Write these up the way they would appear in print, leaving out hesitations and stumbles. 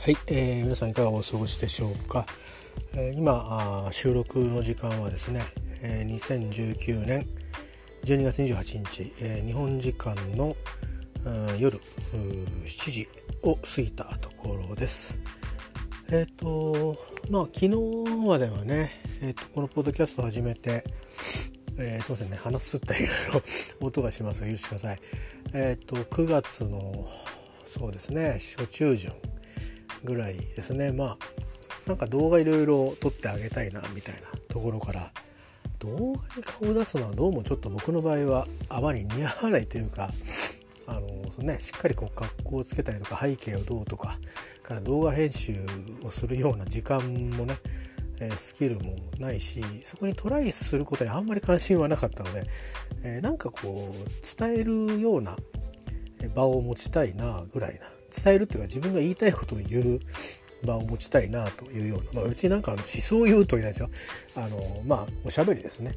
はい、皆さんいかがお過ごしでしょうか。今収録の時間はですね、2019年12月28日、日本時間の夜7時を過ぎたところです。昨日まではね、このポッドキャストを始めて、すいませんね、鼻すったりいろいろ音がしますが許してください。9月のそうですね初中旬ぐらいですね。なんか動画いろいろ撮ってあげたいなみたいなところから、動画に顔を出すのはどうもちょっと僕の場合はあまり似合わないというか、しっかり格好をつけたりとか背景をどうとかから動画編集をするような時間もね、スキルもないし、そこにトライすることにあんまり関心はなかったので、なんかこう伝えるような場を持ちたいなぐらいな、伝えるっていうか自分が言いたいことを言う場を持ちたいなというような、別になんか思想を言うと言えないですよ。おしゃべりですね。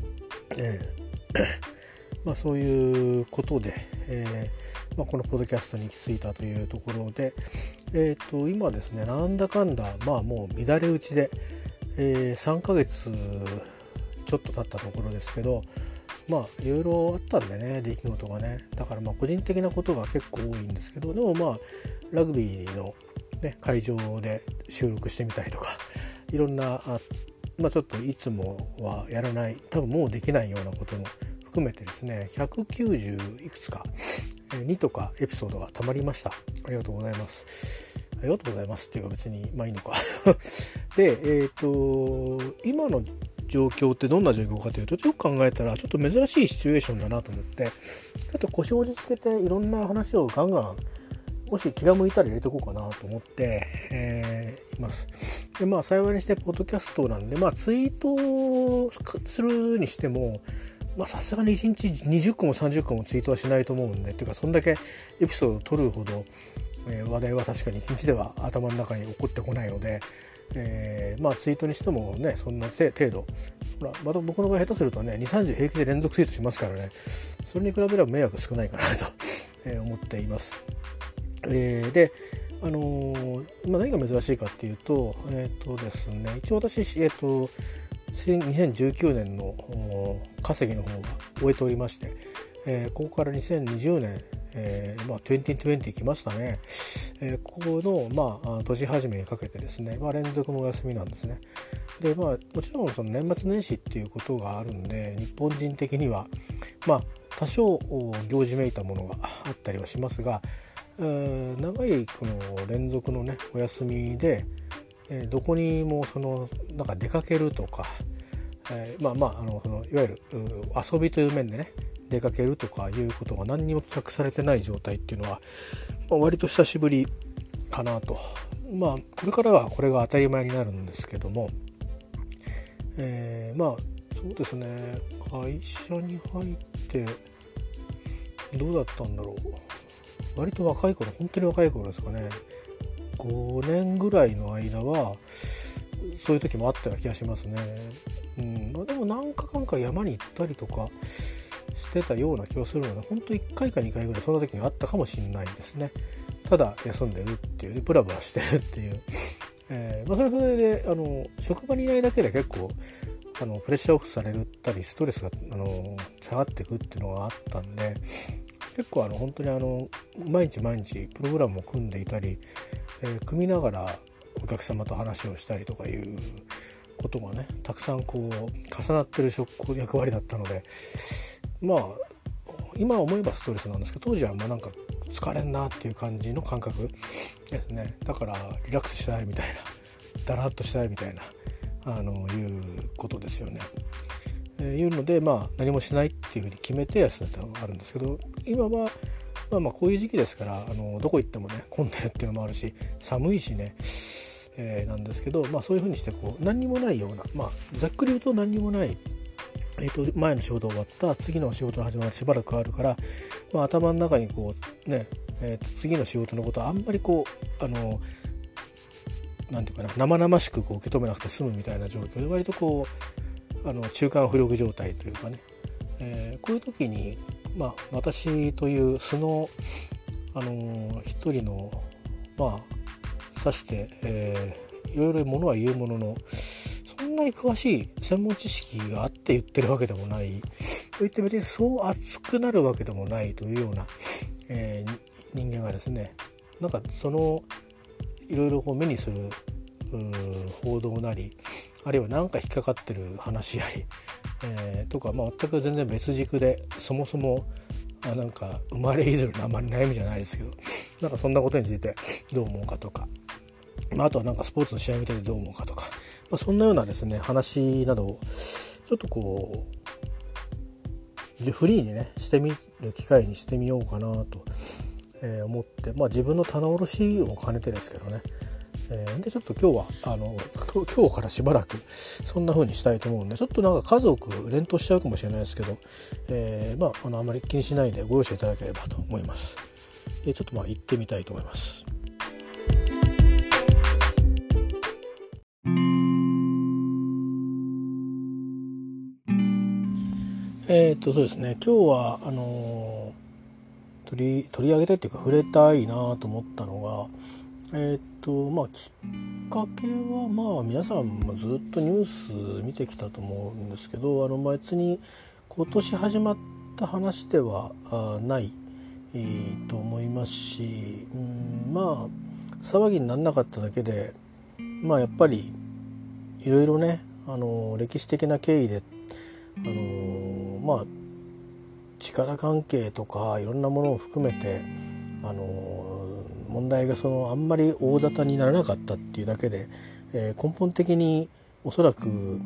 そういうことで、このポッドキャストに行き着いたというところで、今ですね、なんだかんだもう乱れ打ちで、3ヶ月ちょっと経ったところですけど、いろいろあったんでね、出来事がね。だから個人的なことが結構多いんですけど、でもラグビーの、ね、会場で収録してみたりとか、いろんなちょっといつもはやらない、多分もうできないようなことも含めてですね、190いくつか2とかエピソードがたまりました。ありがとうございます。ありがとうございますっていうか別にいいのかで、今の状況ってどんな状況かというと、よく考えたらちょっと珍しいシチュエーションだなと思って、ちょっと腰を落ち着けていろんな話をガンガンもし気が向いたら入れておこうかなと思って、います。で幸いにしてポッドキャストなんで、ツイートするにしてもさすがに1日20個も30個もツイートはしないと思うんで、っていうかそんだけエピソードを取るほど、話題は確かに1日では頭の中に起こってこないので、ツイートにしてもね、そんな程度、また僕の場合下手するとね 2,30 平気で連続ツイートしますからね、それに比べれば迷惑少ないかなと思っています。で何が珍しいかっていうと、ですね、一応私2019年の稼ぎの方が終えておりまして、ここから2020年、2020来ましたね。ここの、年始めにかけてですね、連続のお休みなんですね。でもちろんその年末年始っていうことがあるんで、日本人的には多少行事めいたものがあったりはしますが、長いこの連続のねお休みで、どこにもなんか出かけるとか、いわゆる遊びという面でね出かけるとかいうことが何にも企画されてない状態っていうのは、割と久しぶりかなと。これからはこれが当たり前になるんですけども、そうですね、会社に入ってどうだったんだろう。割と若い頃、本当に若い頃ですかね、5年ぐらいの間はそういう時もあったような気がしますね。でも何回か山に行ったりとかしてたような気がするので、本当1回か2回ぐらいその時にあったかもしれないですね。ただ休んでるっていう、ブラブラしてるっていう、それで職場にいないだけで結構プレッシャーオフされたりストレスが下がっていくっていうのがあったんで、結構本当に毎日プログラムを組んでいたり、組みながらお客様と話をしたりとかいうことがねたくさんこう重なってる役割だったので、今思えばストレスなんですけど、当時はなんか疲れんなっていう感じの感覚ですね。だからリラックスしたいみたいな、だらっとしたいみたいないうことですよね。いうので何もしないっていうふうに決めて休んでたのがあるんですけど、今はこういう時期ですから、どこ行ってもね混んでるっていうのもあるし、寒いしね、なんですけど、そういうふうにして何にもないような、ざっくり言うと何にもない、前の仕事終わった次の仕事の始まりしばらくあるから、頭の中に次の仕事のことはあんまりなんていうかな、生々しく受け止めなくて済むみたいな状況で、割と中間浮力状態というかね、こういう時に私という素の一人の指して、いろいろものは言うものの、そんなに詳しい専門知識があって言ってるわけでもないといって別にそう熱くなるわけでもないというような、人間がですね、なんかそのいろいろこう目にする報道なり、あるいは何か引っかかってる話やり、とか、全く全然別軸で、そもそもなんか生まれいずるあんまり悩みじゃないですけど、なんかそんなことについてどう思うかとか、あとはなんかスポーツの試合見ててどう思うかとか、そんなようなですね話などをちょっとこうフリーにねしてみる機会にしてみようかなと思って、自分の棚卸しを兼ねてですけどね、でちょっと今日は今日からしばらくそんな風にしたいと思うんで、ちょっとなんか数多く連投しちゃうかもしれないですけど、あまり気にしないでご容赦いただければと思います。ちょっと行ってみたいと思います。そうですね、今日は取り上げたいっていうか触れたいなと思ったのが、きっかけは皆さんもずっとニュース見てきたと思うんですけど、別に今年始まった話ではないと思いますし、騒ぎにならなかっただけで、やっぱりいろいろね、歴史的な経緯で力関係とかいろんなものを含めて問題があんまり大沙汰にならなかったっていうだけで、根本的におそらく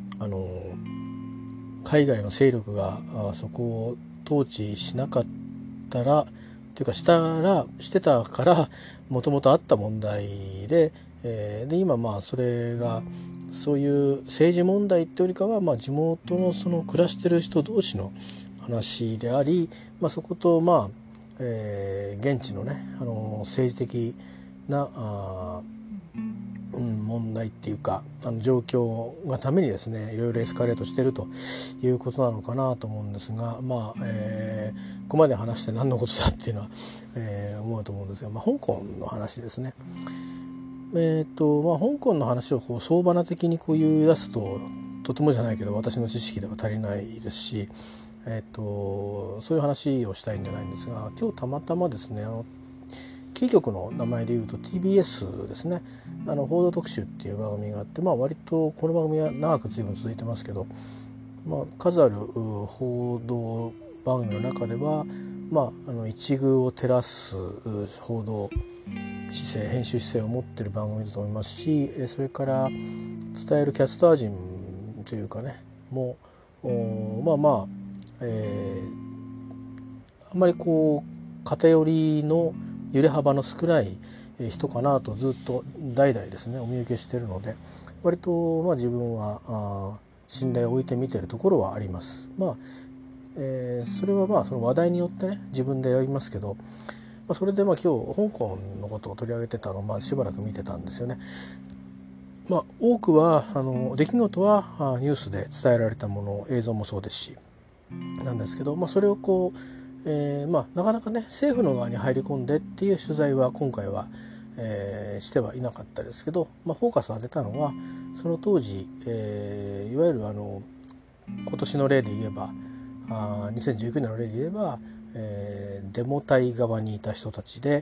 海外の勢力がそこを統治しなかったらというかしてたからもともとあった問題で、今それがそういう政治問題ってよりかは地元のその暮らしてる人同士の話であり、そこと現地のね政治的な問題っていうか状況がためにですねいろいろエスカレートしてるということなのかなと思うんですが、ここまで話して何のことだっていうのは、思うと思うんですが、香港の話ですね。香港の話を相場な的に言い出すとてもじゃないけど私の知識では足りないですし、そういう話をしたいんじゃないんですが、今日たまたまですねキー局の名前でいうと TBS ですね、報道特集っていう番組があって、割とこの番組は長く随分続いてますけど、数ある報道番組の中では、一遇を照らす報道姿勢編集姿勢を持っている番組だと思いますし、それから伝えるキャスター陣というかねもあんまり偏りの揺れ幅の少ない人かなとずっと代々ですねお見受けしているので、割と自分は信頼を置いて見ているところはあります。それはその話題によってね自分でやりますけど、それで今日香港のことを取り上げてたのをしばらく見てたんですよね。多くは出来事はニュースで伝えられたもの、映像もそうですしなんですけど、それをなかなかね政府の側に入り込んでっていう取材は今回は、してはいなかったですけど、フォーカスを当てたのはその当時、いわゆる今年の例で言えば2019年の例で言えば、デモ隊側にいた人たちで、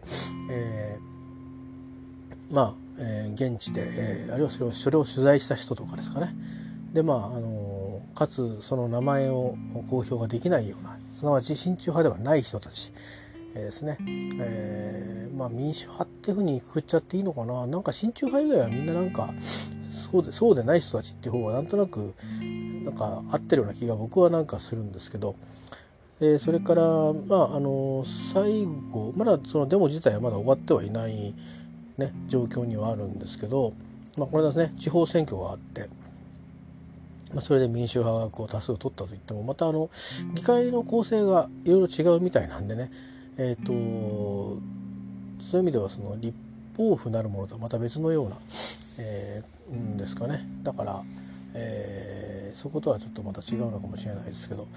現地で、あるいはそれを取材した人とかですかね。でかつその名前を公表ができないような、すなわち親中派ではない人たちですね。民主派っていうふうにくくっちゃっていいのかな。なんか親中派以外はみんななんかそうでない人たちっていう方がなんとなくなんか合ってるような気が僕はなんかするんですけど、それから最後まだそのデモ自体はまだ終わってはいないね状況にはあるんですけど、これですね地方選挙があって、それで民主派が多数を取ったといってもまた議会の構成がいろいろ違うみたいなんでね、そういう意味ではその立法府なるものとはまた別のような、ですかね。だから、そことはちょっとまた違うのかもしれないですけど、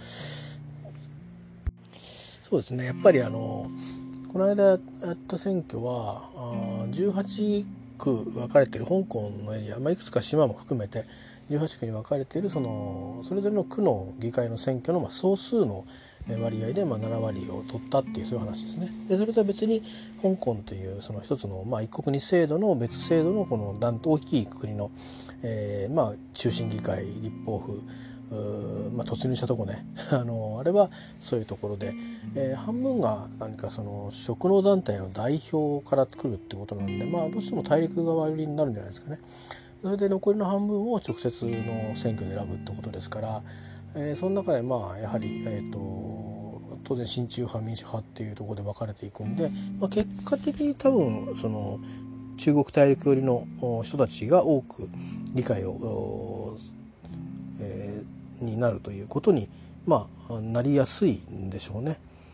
そうですねやっぱりこの間やった選挙は18 区分かれている香港のエリア、いくつか島も含めて18区に分かれているそれぞれの区の議会の選挙の総数の割合で7割を取ったっていうそういう話ですね。でそれとは別に香港というその一つの一国二制度の別制度のこの大きい国の、中心議会立法府突入したとこねあれはそういうところで、半分が何かその職能団体の代表から来るってことなんで、どうしても大陸側寄りになるんじゃないですかね。それで残りの半分を直接の選挙で選ぶってことですから、その中でやはり、当然親中派民主派っていうところで分かれていくんで、結果的に多分その中国大陸寄りの人たちが多く理解を、になるということに、なりやすいんでしょうね。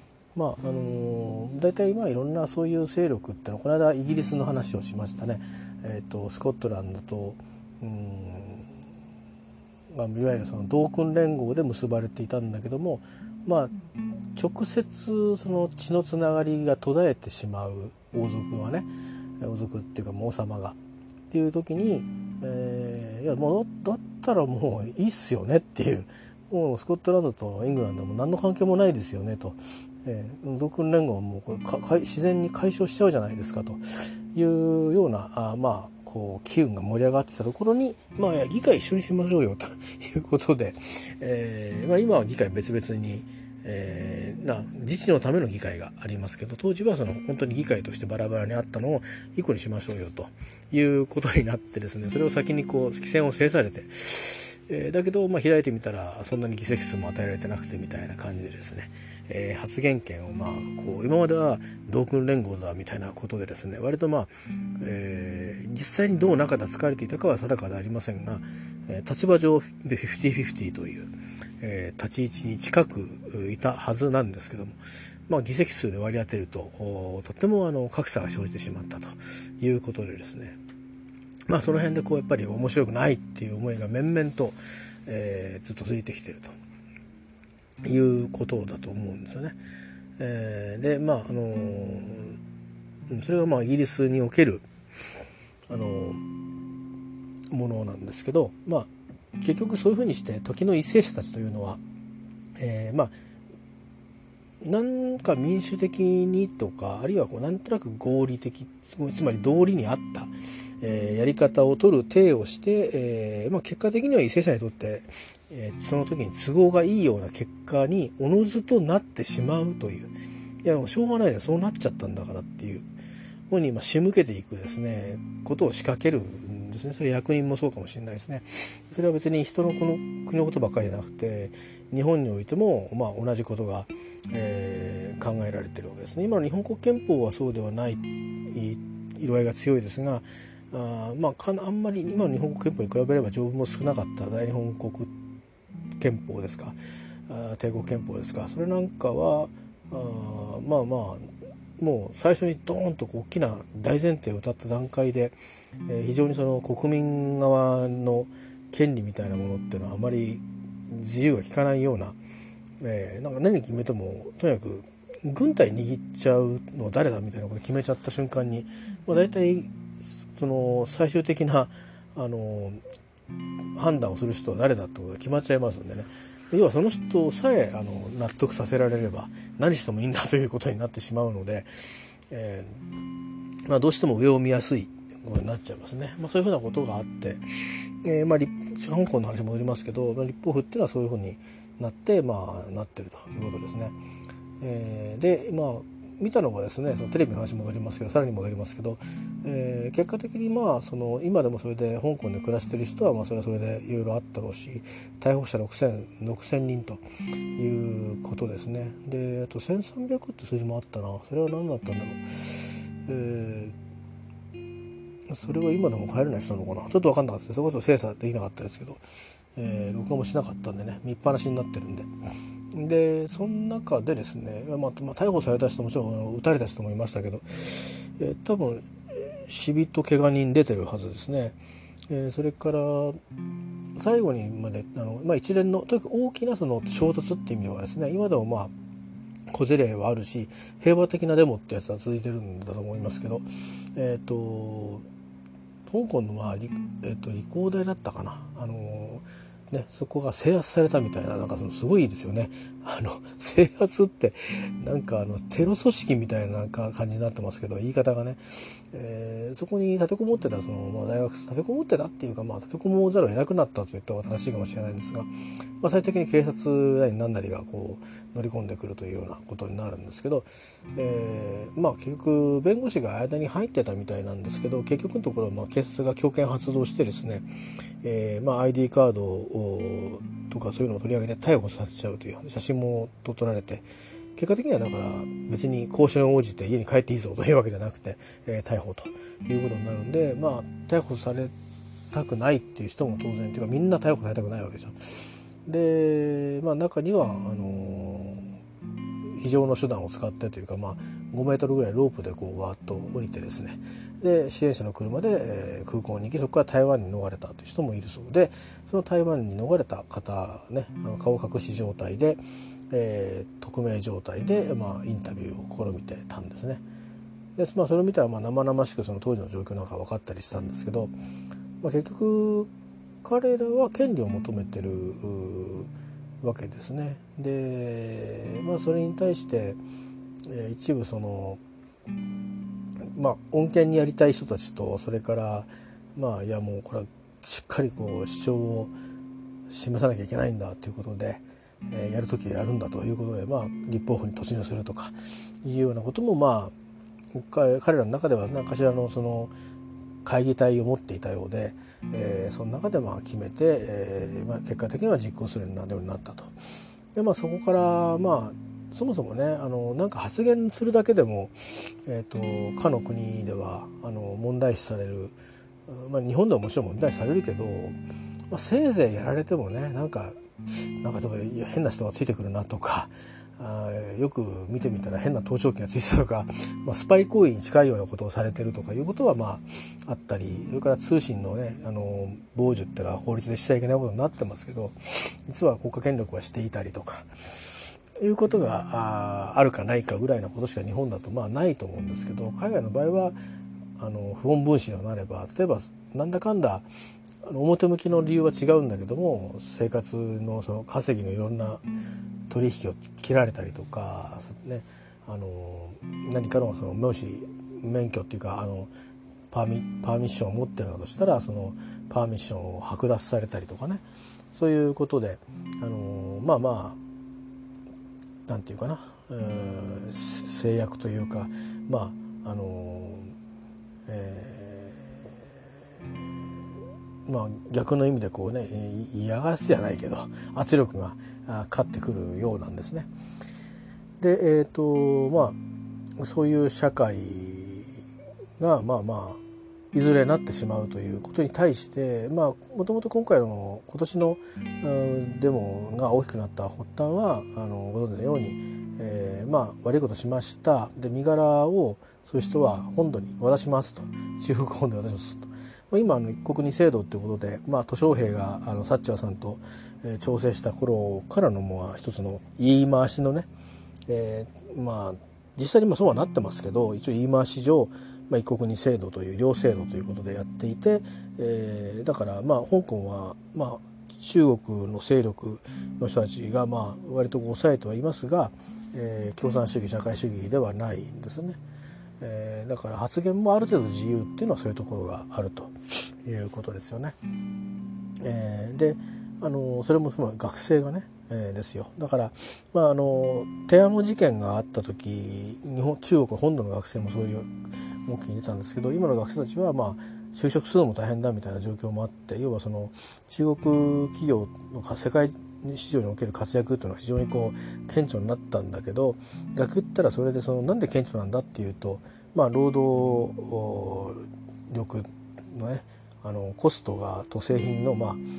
大体いろんなそういう勢力ってのはこの間イギリスの話をしましたね。スコットランドといわゆるその同訓連合で結ばれていたんだけども、直接その血のつながりが途絶えてしまう王族っていうか王様がっていう時に、いやもうだったらもういいっすよねっていう、もうスコットランドとイングランドも何の関係もないですよねと、同訓連合はもうこれ自然に解消しちゃうじゃないですかというような機運が盛り上がってきたところに、議会一緒にしましょうよということで、今は議会別々に、自治のための議会がありますけど、当時はその本当に議会としてバラバラにあったのを一個にしましょうよということになってですね、それを先に規制を制されて、だけど開いてみたらそんなに議席数も与えられてなくてみたいな感じでですね、発言権を今までは同訓連合だみたいなことでですね、割と実際にどう中で使われていたかは定かではありませんが、立場上 50-50 という、立ち位置に近くいたはずなんですけども、議席数で割り当てるととっても格差が生じてしまったということでですね、その辺でやっぱり面白くないっていう思いが面々と、ずっと続いてきているということだと思うんですよね。でそれがイギリスにおけるものなんですけど、結局そういうふうにして時の為政者たちというのは、なんか民主的にとか、あるいはなんとなく合理的、つまり道理に合った、やり方を取る体をして、結果的には為政者にとって、その時に都合がいいような結果におのずとなってしまうという、いやもうしょうがないね、そうなっちゃったんだからっていう方に仕向けていくですねことを仕掛けるんですね。それ役人もそうかもしれないですね。それは別に人のこの国のことばっかりじゃなくて、日本においても同じことが、考えられているわけですね。今の日本国憲法はそうではない色合いが強いですが、あんまり今の日本国憲法に比べれば条文も少なかった大日本国憲法ですか、帝国憲法ですか、それなんかはもう最初にドーンと大きな大前提を歌った段階で、非常にその国民側の権利みたいなものっていうのはあまり自由が利かないような、なんか何決めてもとにかく軍隊握っちゃうのは誰だみたいなことを決めちゃった瞬間に、大体その最終的な判断をする人は誰だってことが決まっちゃいますんでね。要はその人さえ納得させられれば何してもいいんだということになってしまうので、どうしても上を見やすいことになっちゃいますね。そういうふうなことがあって、香港の話戻りますけど、立法府っていうのはそういうふうになって、なってるということですね。で見たのがですね、そのテレビの話戻りますけど、さらに戻りますけど、結果的にその今でもそれで香港で暮らしてる人はそれはそれでいろいろあったろうし、逮捕者6000人ということですね。であと1300って数字もあったな。それは何だったんだろう。それは今でも帰れない人なのかな、ちょっと分かんなかったです。それこそ精査できなかったですけど、録画もしなかったんでね、見っぱなしになってるんで。でその中でですね、逮捕された人もちろん撃たれた人もいましたけど、多分死人怪我人出てるはずですね。それから最後にまで一連のとにかく大きなその衝突っていう意味ではですね、今でも小競り合いはあるし、平和的なデモってやつは続いてるんだと思いますけど、 香港の、理工大だったかな、そこが制圧されたみたいな、なんかそのすごいですよね。制圧ってなんかテロ組織みたいな感じになってますけど、言い方がね、そこに立てこもってた大学生、立てこもってたっていうか、立てこもざるを得なくなったと言ったら正しいかもしれないんですが、最終的に警察なり何なりがこう乗り込んでくるというようなことになるんですけど、結局弁護士が間に入ってたみたいなんですけど、結局のところ警察が強権発動してですね、ID カードをとかそういうのを取り上げて逮捕されちゃうという写真も撮られて、結果的にはだから別に交渉に応じて家に帰っていいぞというわけじゃなくて、逮捕ということになるんで、逮捕されたくないっていう人も当然というか、みんな逮捕されたくないわけですよ。で、中には非常の手段を使ってというか、5メートルぐらいロープでこうわーっと降りてですね、で支援者の車で、空港に行き、そこから台湾に逃れたという人もいるそうで、その台湾に逃れた方ね、顔隠し状態で、匿名状態で、インタビューを試みてたんですね。で、それを見たら生々しくその当時の状況なんか分かったりしたんですけど、結局彼らは権利を求めてるわけですね。で、それに対して、一部その穏健にやりたい人たちと、それからいやもうこれはしっかりこう主張を示さなきゃいけないんだということで、やるときはやるんだということで、立法府に突入するとかいうようなことも彼らの中では何かしらのその会議体を持っていたようで、その中で決めて、結果的には実行するようになったと。でそこからそもそもね、なんか発言するだけでも、かの国では問題視される、日本でももちろん問題視されるけど、せいぜいやられてもね、なんかちょっと変な人がついてくるなとか、よく見てみたら変な盗聴器がついてたとか、スパイ行為に近いようなことをされてるとかいうことはあったり、それから通信のね傍受ってのは法律でしちゃいけないことになってますけど、実は国家権力はしていたりとかいうことがあるかないかぐらいなことしか日本だとないと思うんですけど、海外の場合は不穏分子となれば、例えばなんだかんだ表向きの理由は違うんだけども、生活のその稼ぎのいろんな取引を切られたりとか、ね、何かのその免許っていうかパーミッションを持ってるなとしたら、そのパーミッションを剥奪されたりとかね、そういうことでなんていうかな、制約というか逆の意味でこうね、嫌がらせじゃないけど圧力がかかってくるようなんですね。でそういう社会がいずれなってしまうということに対して、もともと今年のデモが大きくなった発端はご存知のように、悪いことしました、で身柄をそういう人は本土に渡しますと、中国本土に渡しますと。今一国二制度ということで、鄧小平がサッチャーさんと、調整した頃からの一つの言い回しのね、実際にそうはなってますけど、一応言い回し上、一国二制度という両制度ということでやっていて、だから香港は中国の勢力の人たちが割と抑えてはいますが、共産主義社会主義ではないんですね。だから発言もある程度自由っていうのはそういうところがあるということですよね。でそれも学生がね、ですよ。だから天安門事件があった時、中国本土の学生もそういう動きに出たんですけど、今の学生たちは就職するのも大変だみたいな状況もあって、要はその中国企業の世界市場における活躍というのは非常に顕著になったんだけど、逆言ったらそれでなんで顕著なんだっていうと、労働力のねコストがと製品の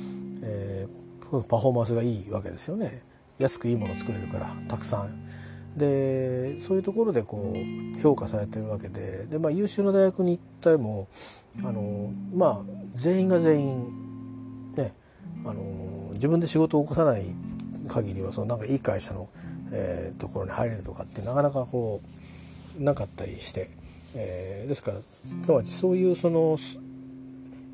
パフォーマンスがいいわけですよね。安くいいものを作れるからたくさんで、そういうところで評価されてるわけで、優秀な大学に行っても全員が全員ね、自分で仕事を起こさない限りはなんかいい会社の、ところに入れるとかってなかなかなかったりして、ですからつまりそういう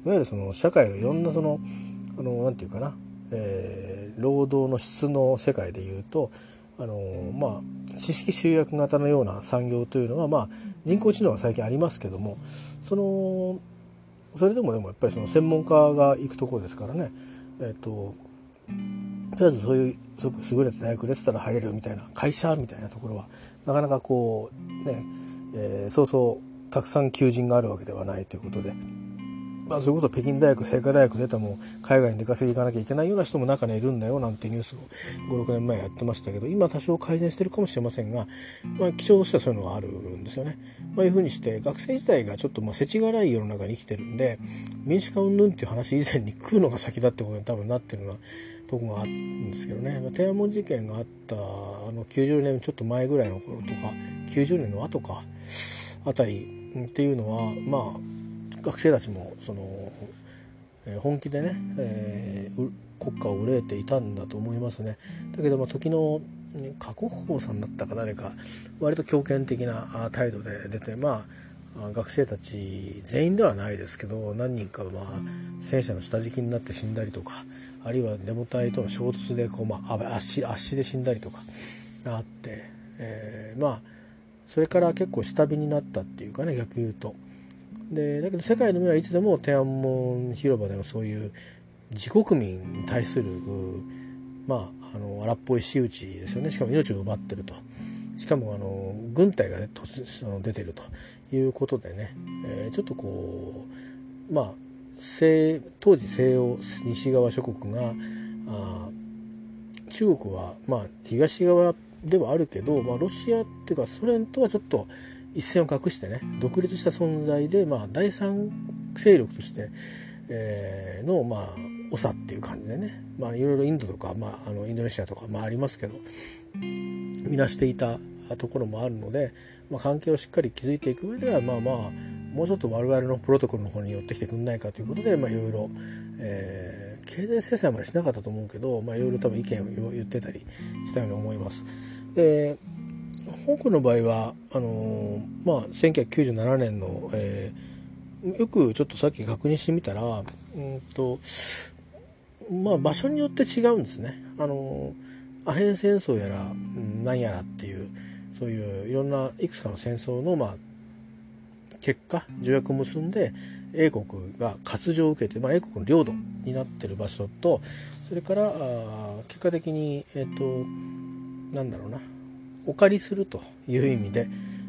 わゆるその社会のいろんなそのなんていうかな、労働の質の世界でいうと知識集約型のような産業というのは人工知能は最近ありますけども、それでもやっぱりその専門家が行くところですからね、とりあえずそういうすごく優れた大学レストラン入れるみたいな会社みたいなところはなかなかこうね、そうそうたくさん求人があるわけではないということで、それこそ北京大学清華大学出ても海外に出稼ぎ行かなきゃいけないような人も中にいるんだよなんてニュースを 5,6 年前やってましたけど、今多少改善してるかもしれませんが、基調としてはそういうのがあるんですよね。いうふうにして学生自体がちょっと世知辛い世の中に生きてるんで、民主化云々っていう話以前に食うのが先だってことに多分なってるようなとこがあるんですけどね。天安門事件があった90年ちょっと前ぐらいの頃とか90年の後かあたりっていうのは学生たちも本気でね、国家を憂えていたんだと思いますね。だけど時の華国鋒さんだったか誰か割と強権的な態度で出て、学生たち全員ではないですけど何人か戦車の下敷きになって死んだりとか、あるいはデモ隊との衝突で圧死で死んだりとかあって、それから結構下火になったっていうかね、逆言うと。だけど世界の目はいつでも天安門広場でのそういう自国民に対する荒っぽい仕打ちですよね。しかも命を奪ってると、しかも軍隊が出てるということでね、ちょっとこう当時西欧西側諸国が中国は東側ではあるけど、ロシアっていうかソ連とはちょっと一線を画してね、独立した存在で、第三勢力として、の長っていう感じでね、いろいろインドとか、インドネシアとかありますけど見なしていたところもあるので、関係をしっかり築いていく上ではもうちょっと我々のプロトコルの方に寄ってきてくんないかということで、いろいろ、経済制裁までしなかったと思うけど、いろいろ多分意見を言ってたりしたように思います。で香港の場合は1997年の、よくちょっとさっき確認してみたら場所によって違うんですね。アヘン戦争やら何やらっていうそういういろんないくつかの戦争の結果条約を結んで英国が割譲を受けて、英国の領土になってる場所と、それから結果的にお借りするという意味で、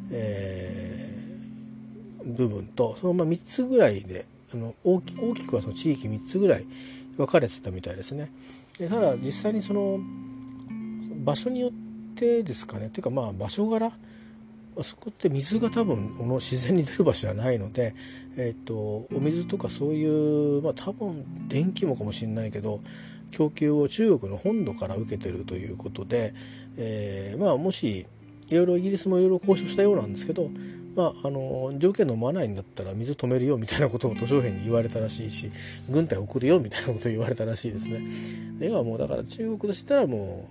部分とその3つぐらいで大きくはその地域3つぐらい分かれてたみたいですね。ただ実際にその場所によってですかね、というか場所柄そこって水が多分自然に出る場所じゃないので、お水とかそういう多分電気もかもしれないけど供給を中国の本土から受けてるということで、もしいろいろイギリスもいろいろ交渉したようなんですけど、条件飲まないんだったら水止めるよみたいなことを鄧小平に言われたらしいし、軍隊送るよみたいなことを言われたらしいですね。今はもうだから中国としたらも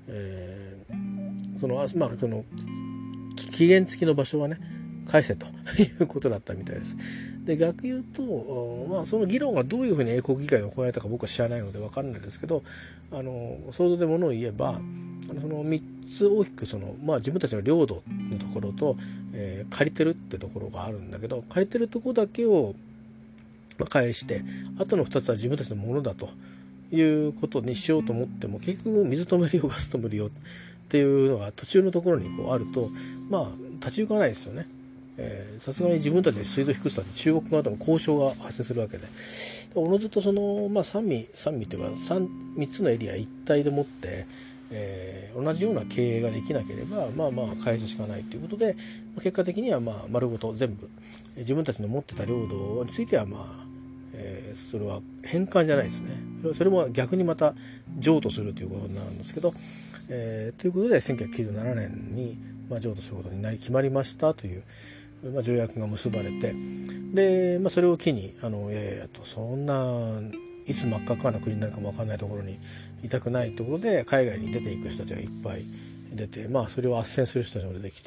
う、その期限付きの場所はね返せということだったみたいです。で逆言うと、その議論がどういうふうに英国議会で行われたか僕は知らないので分かんないですけど、想像でものを言えばその3つ大きく自分たちの領土のところと、借りてるってところがあるんだけど、借りてるところだけを返してあとの2つは自分たちのものだということにしようと思っても結局水止めるよガス止めるよっていうのが途中のところにあると立ち行かないですよね。さすがに自分たちで水道引くと中国側との交渉が発生するわけで、おのずと三味っていうか 3つのエリア一体でもって、同じような経営ができなければ返すしかないということで、結果的には丸ごと全部自分たちの持ってた領土についてはそれは返還じゃないですね。それも逆にまた譲渡するということになるんですけど、ということで1997年に譲渡することになり決まりましたという条約が結ばれて、で、それを機にいやとそんないつ真っ赤っかな国になるかも分かんないところにいたくないということで海外に出ていく人たちがいっぱい出て、それを斡旋する人たちも出てきて、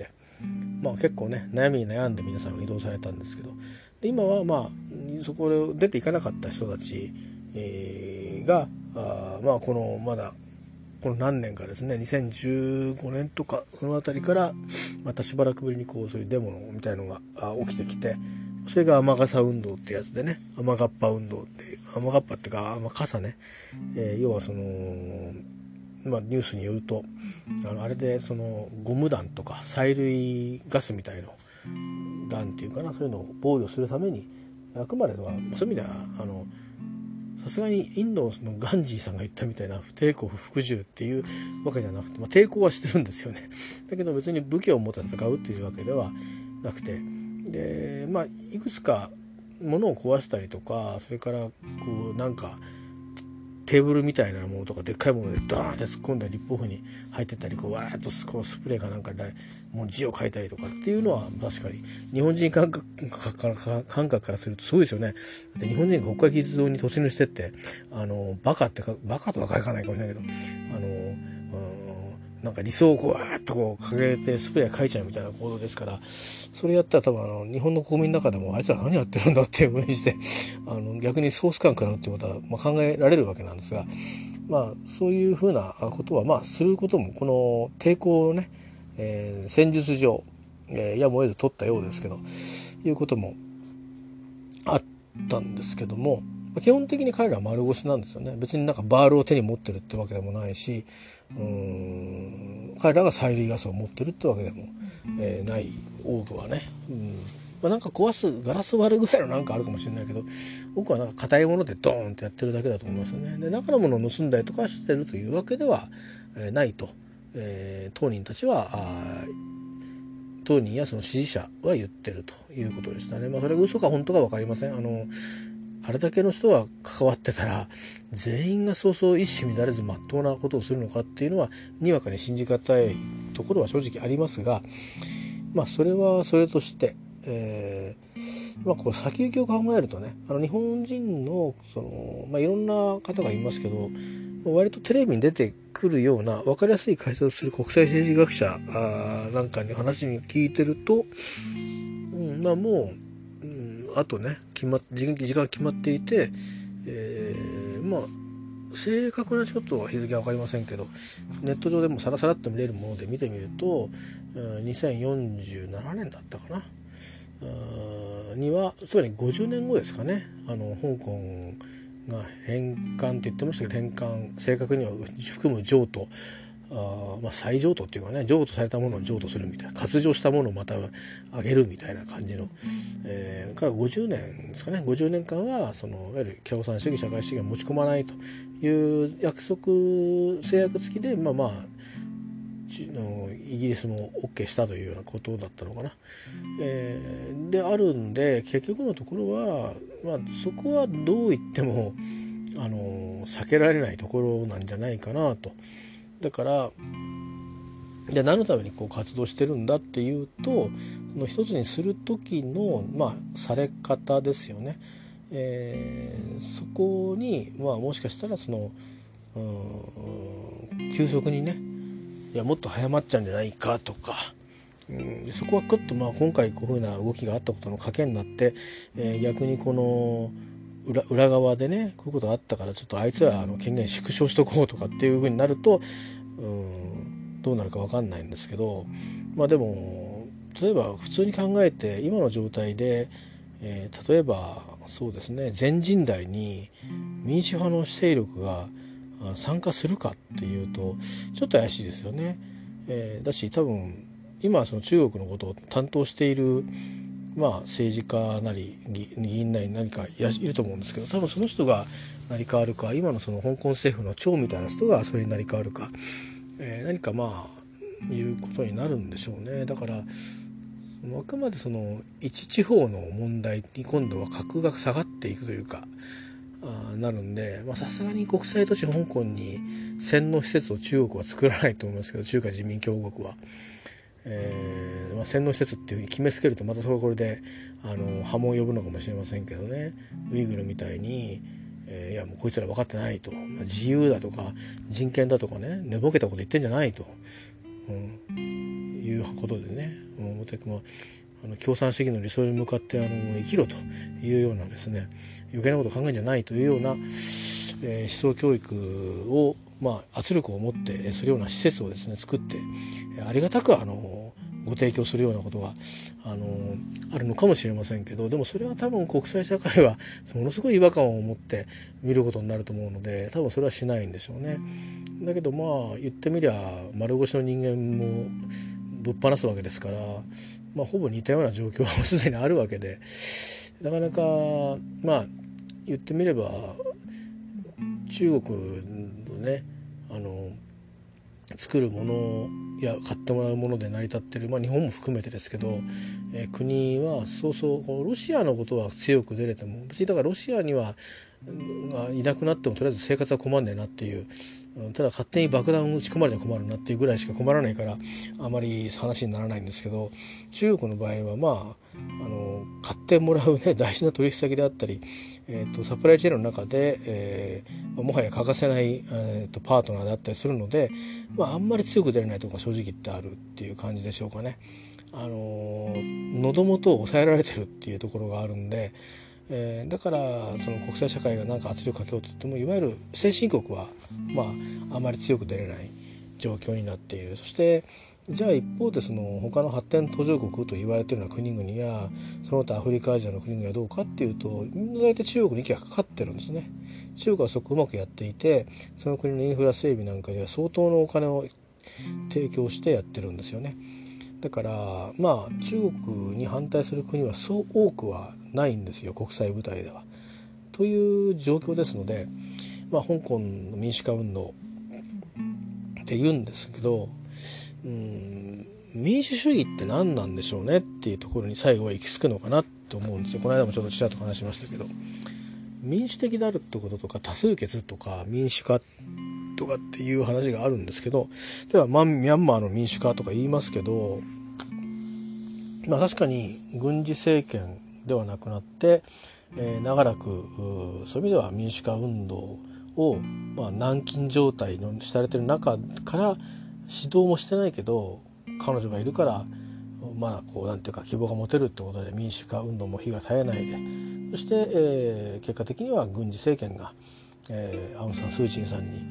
結構ね悩みに悩んで皆さん移動されたんですけど、で今はそこで出ていかなかった人たち、がこのまだこの何年かですね、2015年とかそのあたりからまたしばらくぶりにそういうデモみたいのが起きてきて、それが雨傘運動ってやつでね、雨がっぱ運動っていう、雨がっぱっていうか雨傘ね、要はそのニュースによるとあれでそのゴム弾とか催涙ガスみたいな弾っていうかな、そういうのを防御するために、あくまではそういう意味ではさすがにインドのガンジーさんが言ったみたいな不抵抗不服従っていうわけじゃなくて、抵抗はしてるんですよね。だけど別に武器を持って戦うっていうわけではなくて、でいくつか物を壊したりとか、それからなんかテーブルみたいなものとかでっかいものでドーンって突っ込んだり立法府に入ってったり、わーっとスプレーかなんかでもう字を書いたりとかっていうのは確かに日本人感覚からするとすごいですよね。だって日本人が国会議事堂に突入してってバカとは書かないかもしれないけどなんか理想をわーっと掲げてスプレー書いちゃうみたいな行動ですから、それやったら多分日本の国民の中でもあいつら何やってるんだっていうふうにして逆にソース感食らうっていうことは考えられるわけなんですが、そういうふうなことはすることもこの抵抗をね、戦術上、やむを得ず取ったようですけどいうこともあったんですけども、基本的に彼らは丸腰なんですよね。別になんかバールを手に持ってるってわけでもないし、彼らが催涙ガスを持ってるってわけでも、ない多くはね、なんか壊すガラス割るぐらいのなんかあるかもしれないけど、僕はなんか硬いものでドーンってやってるだけだと思いますよね。で中のものを盗んだりとかしてるというわけでは、ないと、当人たちは当人やその支持者は言ってるということでしたね。それが嘘か本当か分かりません。あれだけの人が関わってたら全員がそう一糸乱れず真っ当なことをするのかっていうのはにわかに信じがたいところは正直ありますが、それはそれとして、先行きを考えるとね、日本人のいろんな方がいますけど、割とテレビに出てくるような分かりやすい解説をする国際政治学者なんかに話に聞いてると、もうあとね時間決まっていて、正確なちょっと日付は分かりませんけど、ネット上でもさらさらっと見れるもので見てみると、2047年だったかなにはつまり50年後ですかね、香港が返還って言ってましたけど、返還正確には含む譲渡、再譲渡っていうかね、譲渡されたものを譲渡するみたいな、割譲したものをまたあげるみたいな感じの、から50年ですかね、50年間はいわゆる共産主義社会主義を持ち込まないという約束制約付きでイギリスも OK したというようなことだったのかな、であるんで、結局のところは、そこはどう言っても避けられないところなんじゃないかなと。だから何のために活動してるんだっていうと、その一つにする時のされ方ですよね。そこにもしかしたら急速にね、もっと早まっちゃうんじゃないかとか、そこはちょっと今回こういうふうな動きがあったことの賭けになって、逆にこの裏側でねこういうことがあったからちょっとあいつら権限縮小しとこうとかっていうふうになるとどうなるか分かんないんですけど、でも例えば普通に考えて今の状態で、例えばそうですね、全人代に民主派の勢力が参加するかっていうとちょっと怪しいですよね。だし多分今その中国のことを担当している政治家なり議員なり何かいると思うんですけど、多分その人が成り代わるか、今のその香港政府の長みたいな人がそれに成り代わるか、何かいうことになるんでしょうね。だからあくまでその一地方の問題に今度は格が下がっていくというかなるんで、さすがに国際都市香港に洗脳施設を中国は作らないと思いますけど、中華人民共和国は。洗脳施設っていうふうに決めつけるとまたそれはこれで波紋を呼ぶのかもしれませんけどね、ウイグルみたいに、いやもうこいつら分かってないと、自由だとか人権だとかね、寝ぼけたこと言ってんじゃないと、いういうことでね、共産主義の理想に向かって生きろというようなですね、余計なことを考えるんじゃないというような、思想教育を、圧力を持ってするような施設をですね作って、ありがたくご提供するようなことがあるのかもしれませんけど、でもそれは多分国際社会はものすごい違和感を持って見ることになると思うので、多分それはしないんでしょうね。だけど言ってみりゃ丸腰の人間もぶっ放すわけですから、ほぼ似たような状況はすでにあるわけで、なかなか言ってみれば中国のね作るものや買ってもらうもので成り立ってる、日本も含めてですけど、国はこのロシアのことは強く出れても、別にだからロシアにはいなくなってもとりあえず生活は困んねえなっていう、ただ勝手に爆弾を撃ち込まれて困るなっていうぐらいしか困らないからあまり話にならないんですけど、中国の場合は買ってもらうね大事な取引先であったり、サプライチェーンの中で、もはや欠かせない、パートナーであったりするので、あんまり強く出れないところが正直言ってあるっていう感じでしょうかね。喉元を抑えられてるっていうところがあるんで、だからその国際社会が何か圧力かけようと言っても、いわゆる先進国はあまり強く出れない状況になっている。そしてじゃあ一方でその他の発展途上国と言われているような国々やその他アフリカアジアの国々はどうかっていうと、みんな大体中国に息がかかってるんですね。中国はそこをうまくやっていて、その国のインフラ整備なんかには相当のお金を提供してやってるんですよね。だから中国に反対する国はそう多くはないんですよ、国際舞台では。という状況ですので、香港の民主化運動って言うんですけど、民主主義って何なんでしょうねっていうところに最後は行き着くのかなって思うんですよ。この間もちょっとちらっと話しましたけど、民主的であるってこととか多数決とか民主化とかっていう話があるんですけど、ではミャンマーの民主化とか言いますけど、確かに軍事政権ではなくなって、長らくそういう意味では民主化運動を、軟禁状態のされてる中から指導もしてないけど彼女がいるからなんていうか希望が持てるってことで民主化運動も火が絶えないで、そして、結果的には軍事政権が、アウン・サン・スー・チーさんに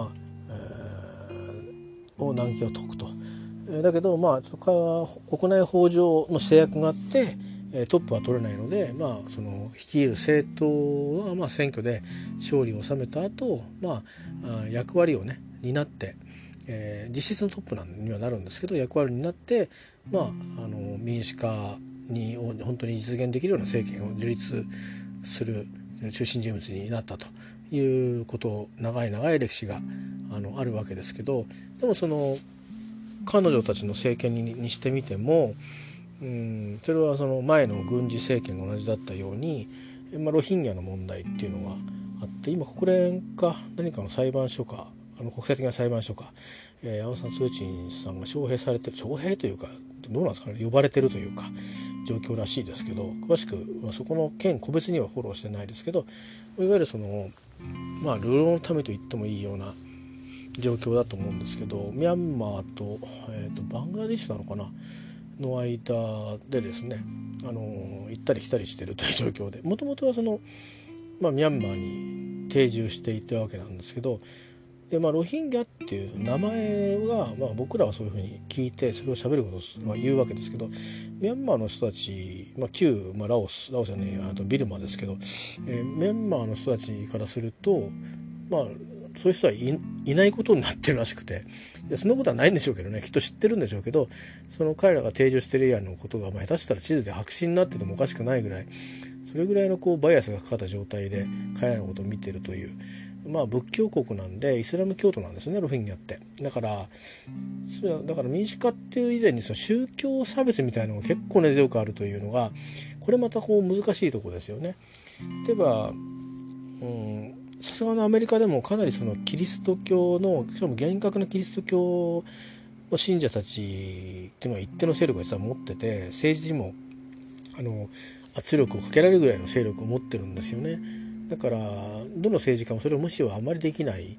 軟禁を解くと。だけど国内法上の制約があってトップは取れないので、その率いる政党は選挙で勝利を収めた後、役割をね担って、実質のトップにはなるんですけど、役割になって、民主化に本当に実現できるような政権を樹立する中心人物になったということを、長い歴史があるわけですけど、でもその彼女たちの政権にしてみても、それはその前の軍事政権が同じだったように、ロヒンギャの問題っていうのがあって、今国連か何かの裁判所か国際的な裁判所か、アウン・サン・スー・チーさんが招聘というかどうなんですかね、呼ばれてるというか状況らしいですけど、詳しくそこの件個別にはフォローしてないですけど、いわゆるその流浪のためと言ってもいいような状況だと思うんですけど、ミャンマーと、バングラデシュなのかなの間でですね、行ったり来たりしてるという状況で、もともとはその、ミャンマーに定住していたわけなんですけど、でロヒンギャっていう名前が、僕らはそういうふうに聞いてそれを喋ることを言うわけですけど、ミャンマーの人たち、旧、ラオスじゃねえ、あとビルマですけど、ミャンマーの人たちからするとそういう人はいないことになってるらしくて、そんなことはないんでしょうけどね、きっと知ってるんでしょうけど、その彼らが定住してるエリアのことが下手したら地図で白紙になっててもおかしくないぐらい、それぐらいのバイアスがかかった状態で彼らのことを見てるという、仏教国なんでイスラム教徒なんですね、ロヒンギャって。だから民主化っていう以前にその宗教差別みたいなのが結構根強くあるというのが、これまた難しいところですよね。例えばさすがのアメリカでもかなりそのキリスト教の、しかも厳格なキリスト教の信者たちっていうのは一定の勢力を実は持ってて、政治にも圧力をかけられるぐらいの勢力を持ってるんですよね。だからどの政治家もそれを無視はあまりできない。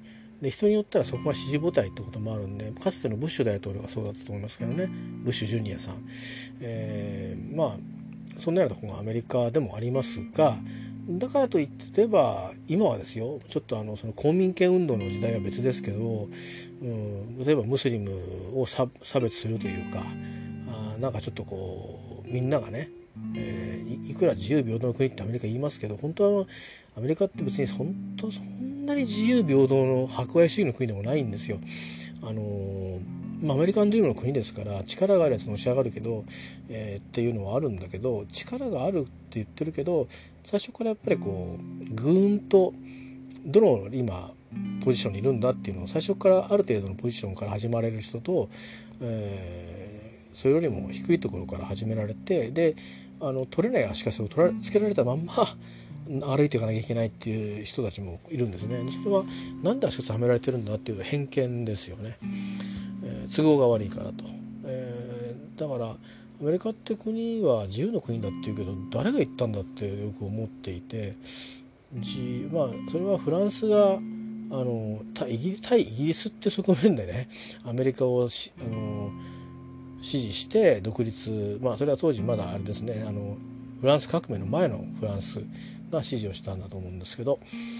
で人によったらそこが支持母体ってこともあるんで、かつてのブッシュ大統領がそうだったと思いますけどね、ブッシュジュニアさん、まあそんなようなところがアメリカでもありますが、だからといって例えば今はですよ、ちょっとその公民権運動の時代は別ですけど、例えばムスリムを差別するというか、なんかちょっとこうみんながね、いくら自由平等の国ってアメリカ言いますけど、本当はアメリカって別にそんなに自由平等の博愛主義の国でもないんですよ。アメリカンドリームの国ですから力があるやつのし上がるけど、っていうのはあるんだけど、力があるって言ってるけど最初からやっぱりこうぐーんとどの今ポジションにいるんだっていうのを最初からある程度のポジションから始まれる人と、それよりも低いところから始められて、で取れない足かせをつけられたまんま歩いていかなきゃいけないっていう人たちもいるんですね。それはなんで足かせはめられてるんだっていう偏見ですよね。都合が悪いからと、だからアメリカって国は自由の国だっていうけど誰が言ったんだってよく思っていて、それはフランスが対イギリスって側面でねアメリカを支持して独立、それは当時まだあれですね、フランス革命の前のフランスが支持をしたんだと思うんですけど、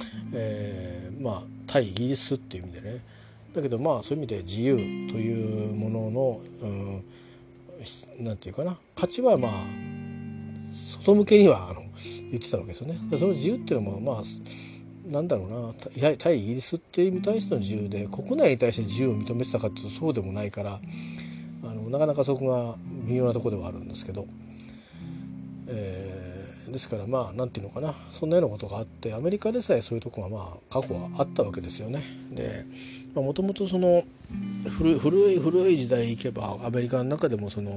対イギリスっていう意味でね、だけどそういう意味で自由というものの、なんていうかな、価値は外向けには言ってたわけですよね。その自由っていうのもなんだろうな、対イギリスっていう意味に対しての自由で国内に対して自由を認めてたかというとそうでもないから、なかなかそこが微妙なところではあるんですけど、ですからなんていうのかな、そんなようなことがあってアメリカでさえそういうところが過去はあったわけですよね。でもともとその古い時代行けばアメリカの中でもその、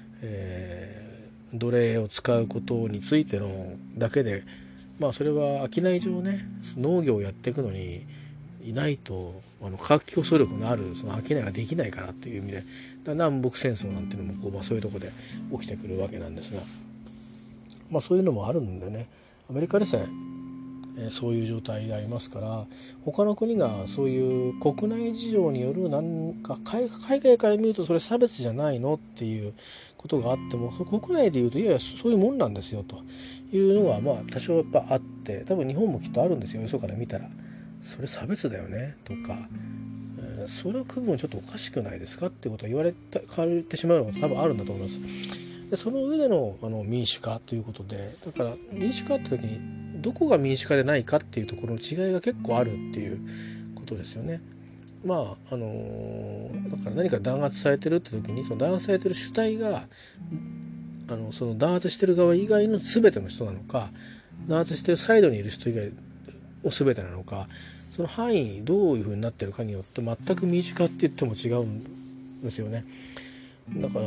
奴隷を使うことについてのだけでそれは商い上ね、農業をやっていくのにいないと価格競争力のあるその商いができないからという意味で、南北戦争なんていうのもそういうところで起きてくるわけなんですが、そういうのもあるんでね、アメリカでさえそういう状態でありますから、他の国がそういう国内事情によるなんか海外から見るとそれ差別じゃないのっていうことがあっても、国内で言うといやいやそういうもんなんですよというのが多少やっぱあって、多分日本もきっとあるんですよ。よそから見たらそれ差別だよねとか、それは区分ちょっとおかしくないですかってことを言われてしまうのが多分あるんだと思います。でその上での民主化ということで、だから民主化って時にどこが民主化でないかっていうところの違いが結構あるっていうことですよね。だから何か弾圧されてるって時にその弾圧されてる主体がその弾圧してる側以外の全ての人なのか、弾圧してるサイドにいる人以外を全てなのか、その範囲どういう風になってるかによって全く民主化って言っても違うんですよね。だから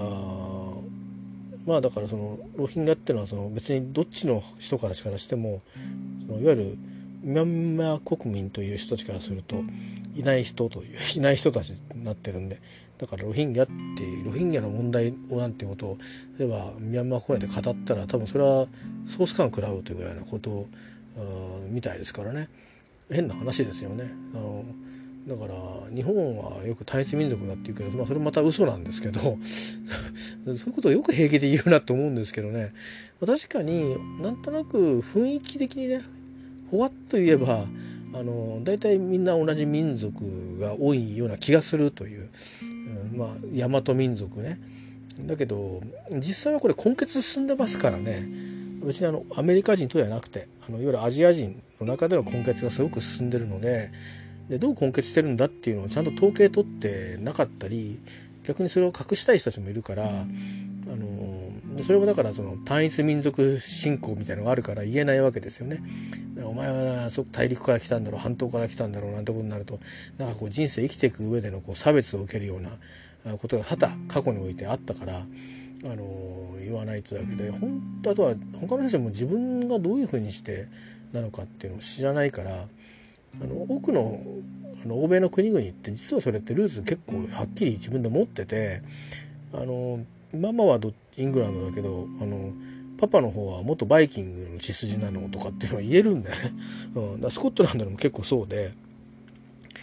そのロヒンギャっていうのはその別にどっちの人からしてもそのいわゆるミャンマー国民という人たちからするといない人たちになってるんで、だからロヒンギャの問題をなんていうことを例えばミャンマー国内で語ったら多分それはソース感食らうというぐらいのことみたいですからね。変な話ですよね。だから日本はよく単一民族だって言うけど、それまた嘘なんですけどそういうことをよく平気で言うなと思うんですけどね。確かになんとなく雰囲気的にね、ほわっと言えば大体みんな同じ民族が多いような気がするという、大和民族ね。だけど実際はこれ根血進んでますからね。別にアメリカ人とではなくていわゆるアジア人の中での根血がすごく進んでるので、どう根血してるんだっていうのをちゃんと統計取ってなかったり、逆にそれを隠したい人たちもいるから、それもだからその単一民族信仰みたいなのがあるから言えないわけですよね。お前は大陸から来たんだろう、半島から来たんだろうなんてことになると、なんかこう人生生きていく上での差別を受けるようなことが多々過去においてあったから、言わないとだけで、あとは他の人たちも自分がどういうふうにしてなのかっていうのを知らないから、多くの欧米の国々って実はそれってルーツ結構はっきり自分で持ってて、ママはイングランドだけどパパの方は元バイキングの血筋なのとかっていうのは言えるんだよね。だからスコットランドでも結構そうで、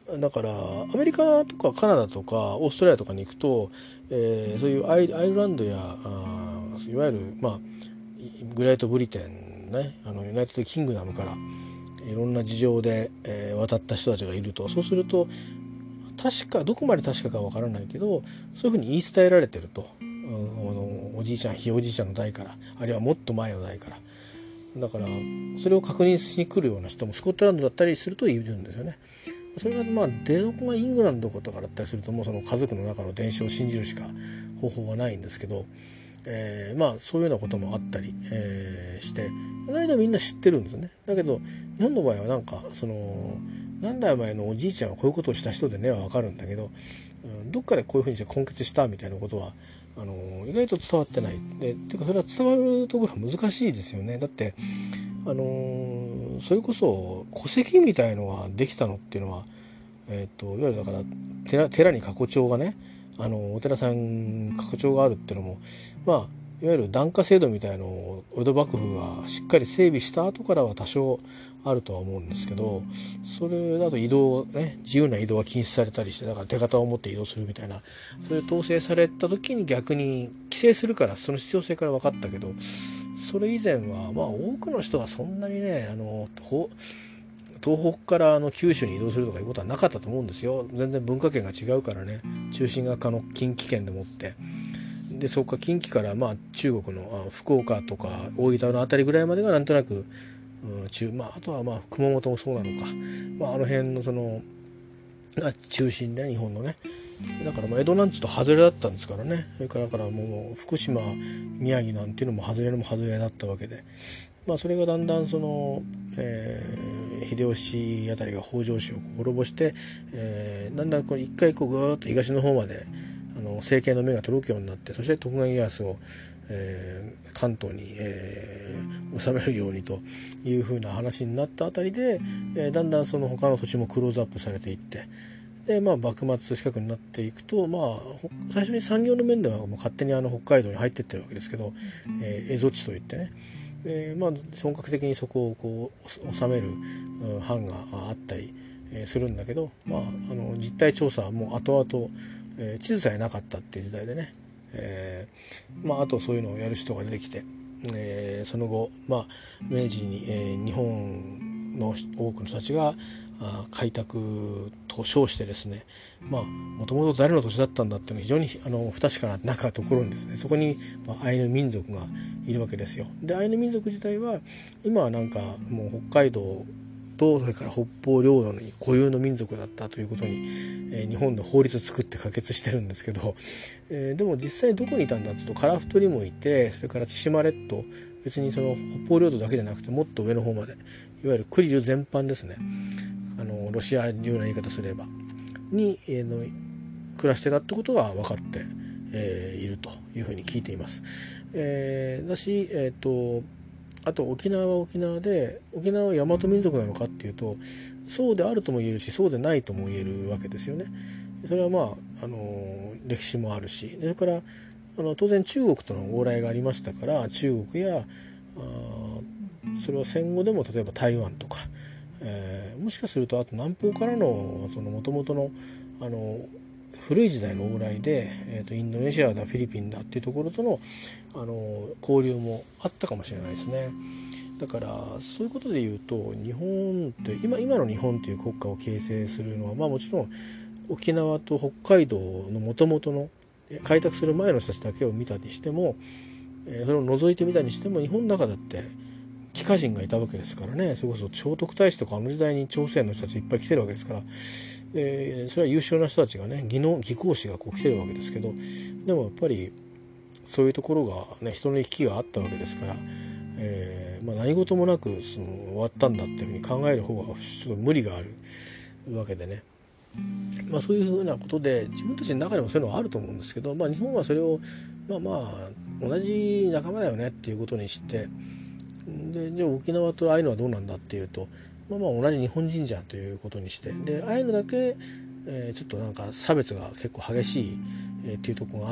だからアメリカとかカナダとかオーストラリアとかに行くと、そういうアイルランドやいわゆる、グレートブリテンね、ユナイテッドキングダムからいろんな事情で、渡った人たちがいると、そうすると確かどこまで確かかわからないけど、そういうふうに言い伝えられてると、おじいちゃんひいおじいちゃんの代から、あるいはもっと前の代から、だからそれを確認しに来るような人もスコットランドだったりするといるんですよね。それが出どこがイングランドとかだったりすると、もうその家族の中の伝承を信じるしか方法はないんですけど、そういうようなこともあったり、して意外とみんな知ってるんですよね。だけど日本の場合はなんかその何代前のおじいちゃんはこういうことをした人でねは分かるんだけど、どっかでこういうふうにして根結したみたいなことは意外と伝わってない。でていうかそれは伝わるところは難しいですよね。だってそれこそ戸籍みたいのができたのっていうのは、いわゆるだから寺に過去帳がね、お寺さん過去帳があるっていうのも、いわゆる檀家制度みたいのを江戸幕府がしっかり整備した後からは多少あるとは思うんですけど、それだと移動ね、自由な移動は禁止されたりして、だから手形を持って移動するみたいな、そういう統制された時に逆に規制するから、その必要性から分かったけど、それ以前は多くの人がそんなにね、東北から九州に移動するとかいうことはなかったと思うんですよ。全然文化圏が違うからね。中心が近畿圏でもって、でそこか近畿から中国の福岡とか大分のあたりぐらいまでがなんとなく、あとは熊本もそうなのか、あの辺のその中心で日本のね、だから江戸なんていうと外れだったんですからね。それからだからもう福島宮城なんていうのも外れのも外れだったわけで、それがだんだんその、秀吉あたりが北条氏を滅ぼして、だんだん一回ぐーっと東の方まで政権の目が届くようになって、そして徳川家康を、関東に、収めるようにというふうな話になったあたりで、だんだんその他の土地もクローズアップされていって、で幕末近くになっていくと、最初に産業の面ではもう勝手に北海道に入っていってるわけですけど、蝦夷地といってね、本格的にそこを治める藩があったりするんだけど、実態調査はもう後々、地図さえなかったっていう時代でね、あとそういうのをやる人が出てきて、その後、明治に、日本の多くの人たちが開拓と称してですね、もともと誰の土地だったんだっていうのは非常に不確かなところにですね、そこにアイヌ民族がいるわけですよ。でアイヌ民族自体は今はなんかもう北海道とそれから北方領土に固有の民族だったということに、日本の法律を作って可決してるんですけど、でも実際にどこにいたんだというと樺太にもいて、それから千島列島、別にその北方領土だけじゃなくてもっと上の方まで、いわゆるクリル全般ですね、ロシア流な言い方すればに、暮らしてたってことが分かって、いるというふうに聞いています。だし、あと沖縄は沖縄で、沖縄は大和民族なのかっていうと、そうであるとも言えるし、そうでないとも言えるわけですよね。それは歴史もあるし、それから当然中国との往来がありましたから、中国やそれは戦後でも例えば台湾とか、もしかするとあと南方からのその元々の古い時代の往来で、インドネシアだフィリピンだっていうところとの、交流もあったかもしれないですね。だからそういうことで言うと、日本って今の日本という国家を形成するのは、もちろん沖縄と北海道の元々の開拓する前の人たちだけを見たにしても、それを除いてみたにしても、日本の中だって帰化人がいたわけですからね。それこそ聖徳太子とか時代に朝鮮の人たちいっぱい来てるわけですから、それは優秀な人たちがね、技巧士が来てるわけですけど、でもやっぱりそういうところがね、人の行き来があったわけですから、何事もなく終わったんだっていうふうに考える方がちょっと無理があるわけでね、そういうふうなことで自分たちの中でもそういうのはあると思うんですけど、日本はそれを同じ仲間だよねっていうことにして、でじゃあ沖縄とアイヌはどうなんだっていうと、同じ日本人じゃんということにして、でアイヌだけ、ちょっとなんか差別が結構激しい、っていうところがあって、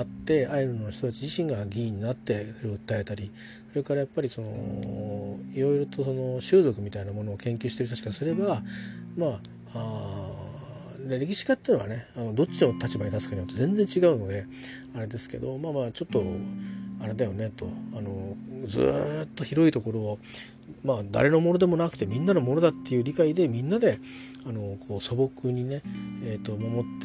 アイヌの人たち自身が議員になってそれを訴えたり、それからやっぱりそのいろいろとその習俗みたいなものを研究している人たちからすれば、 歴史家っていうのはねどっちの立場に立つかによって全然違うのであれですけど、まあちょっとあれだよねとずっと広いところを誰のものでもなくてみんなのものだっていう理解でみんなでこう素朴にね、守って、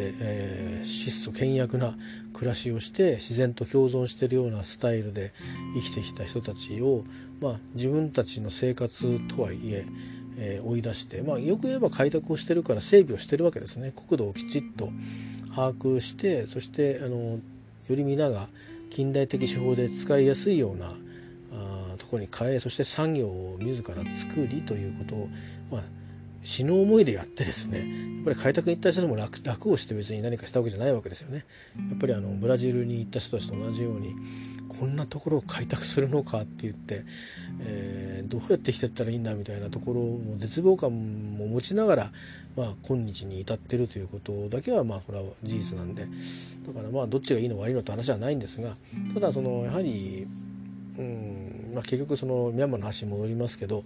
質素倹約な暮らしをして自然と共存しているようなスタイルで生きてきた人たちを、自分たちの生活とはいえ追い出して、よく言えば開拓をしてるから整備をしてるわけですね。国土をきちっと把握して、そしてより皆が近代的手法で使いやすいようなところに変え、そして産業を自ら作りということを、死の思いでやってですね、やっぱり開拓に行った人でも楽をして別に何かしたわけじゃないわけですよね。やっぱりブラジルに行った人たちと同じようにこんなところを開拓するのかって言って、どうやって生きていったらいいんだみたいなところも絶望感も持ちながら、今日に至っているということだけはこれは事実なんで、だからどっちがいいの悪いのって話はないんですが、ただやはり結局ミャンマーの話に戻りますけど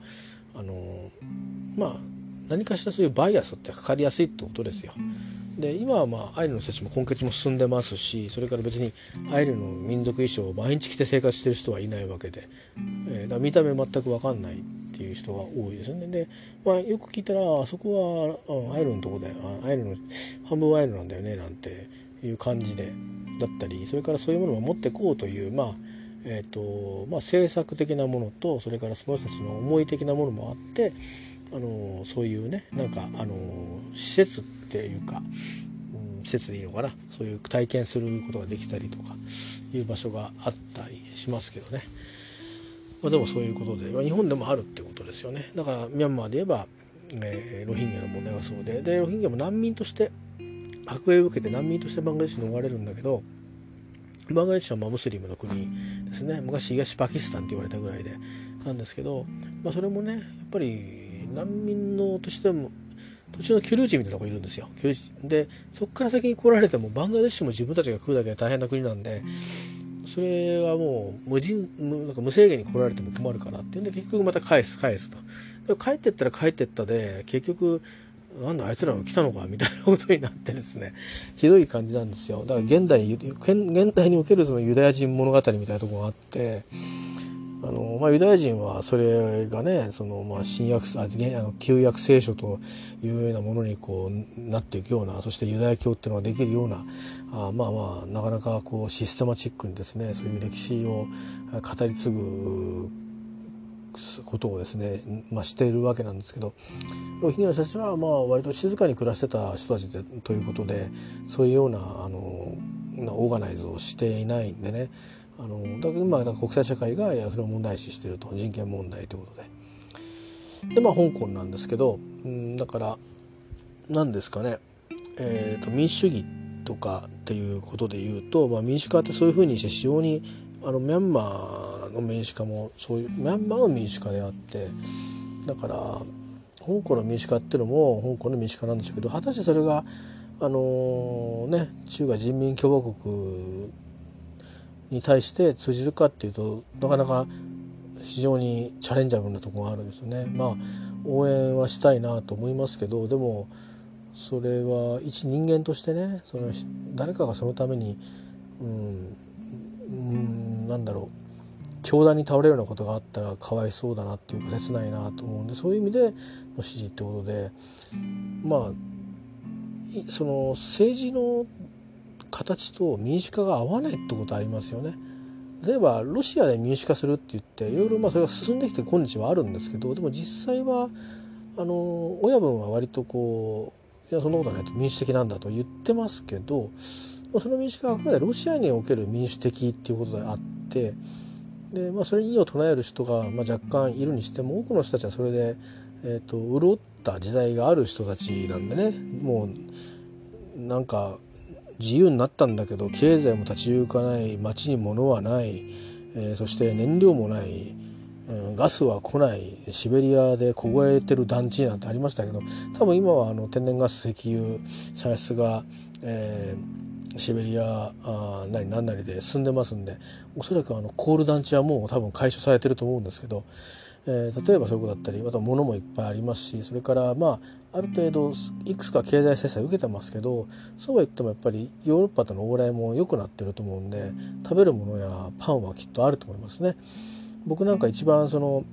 何かしらそういうバイアスってかかりやすいってことですよ。で今はアイヌの接種も根血も進んでますし、それから別にアイヌの民族衣装を毎日着て生活してる人はいないわけで、だから見た目全く分かんないっていう人が多いですよね。で、よく聞いたらあそこはアイヌのとこでアイヌの半分アイヌなんだよねなんていう感じでだったり、それからそういうものを持ってこうという政策的なものと、それからその人たちの思い的なものもあってそういうね施設っていうか、施設でいいのかな、そういう体験することができたりとかいう場所があったりしますけどね。でもそういうことで、日本でもあるってことですよね。だからミャンマーで言えば、ロヒンギャの問題がそうで、ロヒンギャも難民として迫害を受けて難民としてバングラデシュに逃れるんだけど、バングラデシュはムスリムの国ですね。昔東パキスタンって言われたぐらいでなんですけど、それもねやっぱり難民のとしても途中の居留地みたいなところいるんですよ。居留地でそこから先に来られてもバングラデシュも自分たちが食うだけで大変な国なんで、それはもう無制限に来られても困るからっていうんで結局また返すと。帰ってったら帰ってったで結局なんだあいつらが来たのかみたいなことになってですね、ひどい感じなんですよ。だから現代におけるそのユダヤ人物語みたいなところがあって、ユダヤ人はそれがね新約旧約聖書というようなものにこうなっていくような、そしてユダヤ教っていうのができるようななかなかこうシステマチックにですね、そういう歴史を語り継ぐことをですね、しているわけなんですけど、ロヒンギャの人たちは割と静かに暮らしてた人たちでということで、そういうようなオーガナイズをしていないんでね、だから今国際社会がそれを問題視していると、人権問題ということで、香港なんですけど、だから何ですかね、民主主義とかっていうことで言うと、民主化ってそういうふうにして非常にミャンマーの民主化もそういうミャンマーの民主化であって、だから香港の民主化っていうのも香港の民主化なんでしょうけど、果たしてそれが中華人民共和国に対して通じるかっていうとなかなか非常にチャレンジャブルなところがあるんですよね。応援はしたいなと思いますけど、でもそれは一人間としてね、誰かがそのために凶弾に倒れるようなことがあったらかわいそうだなっていうか切ないなと思うんで、そういう意味での支持ってことで、その政治の形と民主化が合わないってことありますよね。例えばロシアで民主化するって言っていろいろそれが進んできて今日はあるんですけど、でも実際は親分は割といやそんなことないと民主的なんだと言ってますけど、その民主化はあくまでロシアにおける民主的っていうことであって、で、それに異を唱える人が若干いるにしても、多くの人たちはそれで、潤った時代がある人たちなんでね、もうなんか自由になったんだけど経済も立ち行かない、街に物はない、そして燃料もない、ガスは来ない、シベリアで凍えてる団地なんてありましたけど、多分今は天然ガス石油産出が、シベリア何なりで進んでますんで、おそらくコール団地はもう多分解消されてると思うんですけど、例えばそういうことだったり、また物もいっぱいありますし、それからある程度いくつか経済制裁を受けてますけど、そうは言ってもやっぱりヨーロッパとの往来も良くなってると思うんで、食べるものやパンはきっとあると思いますね。僕なんか一番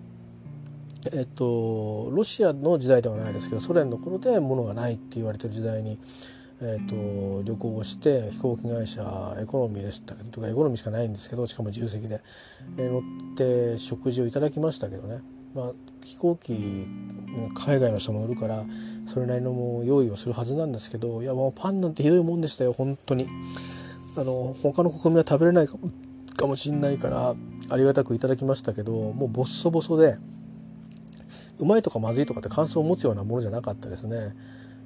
ロシアの時代ではないですけど、ソ連の頃で物がないって言われてる時代に、旅行をして飛行機会社エコノミーでしたけど、とかエコノミーしかないんですけど、しかも自由席で、乗って食事をいただきましたけどね、飛行機海外の人も乗るからそれなりのもう用意をするはずなんですけど、いやもうパンなんてひどいもんでしたよ本当に。他の国民は食べれないかもしんないからありがたくいただきましたけど、もうボッソボソで、うまいとかまずいとかって感想を持つようなものじゃなかったですね。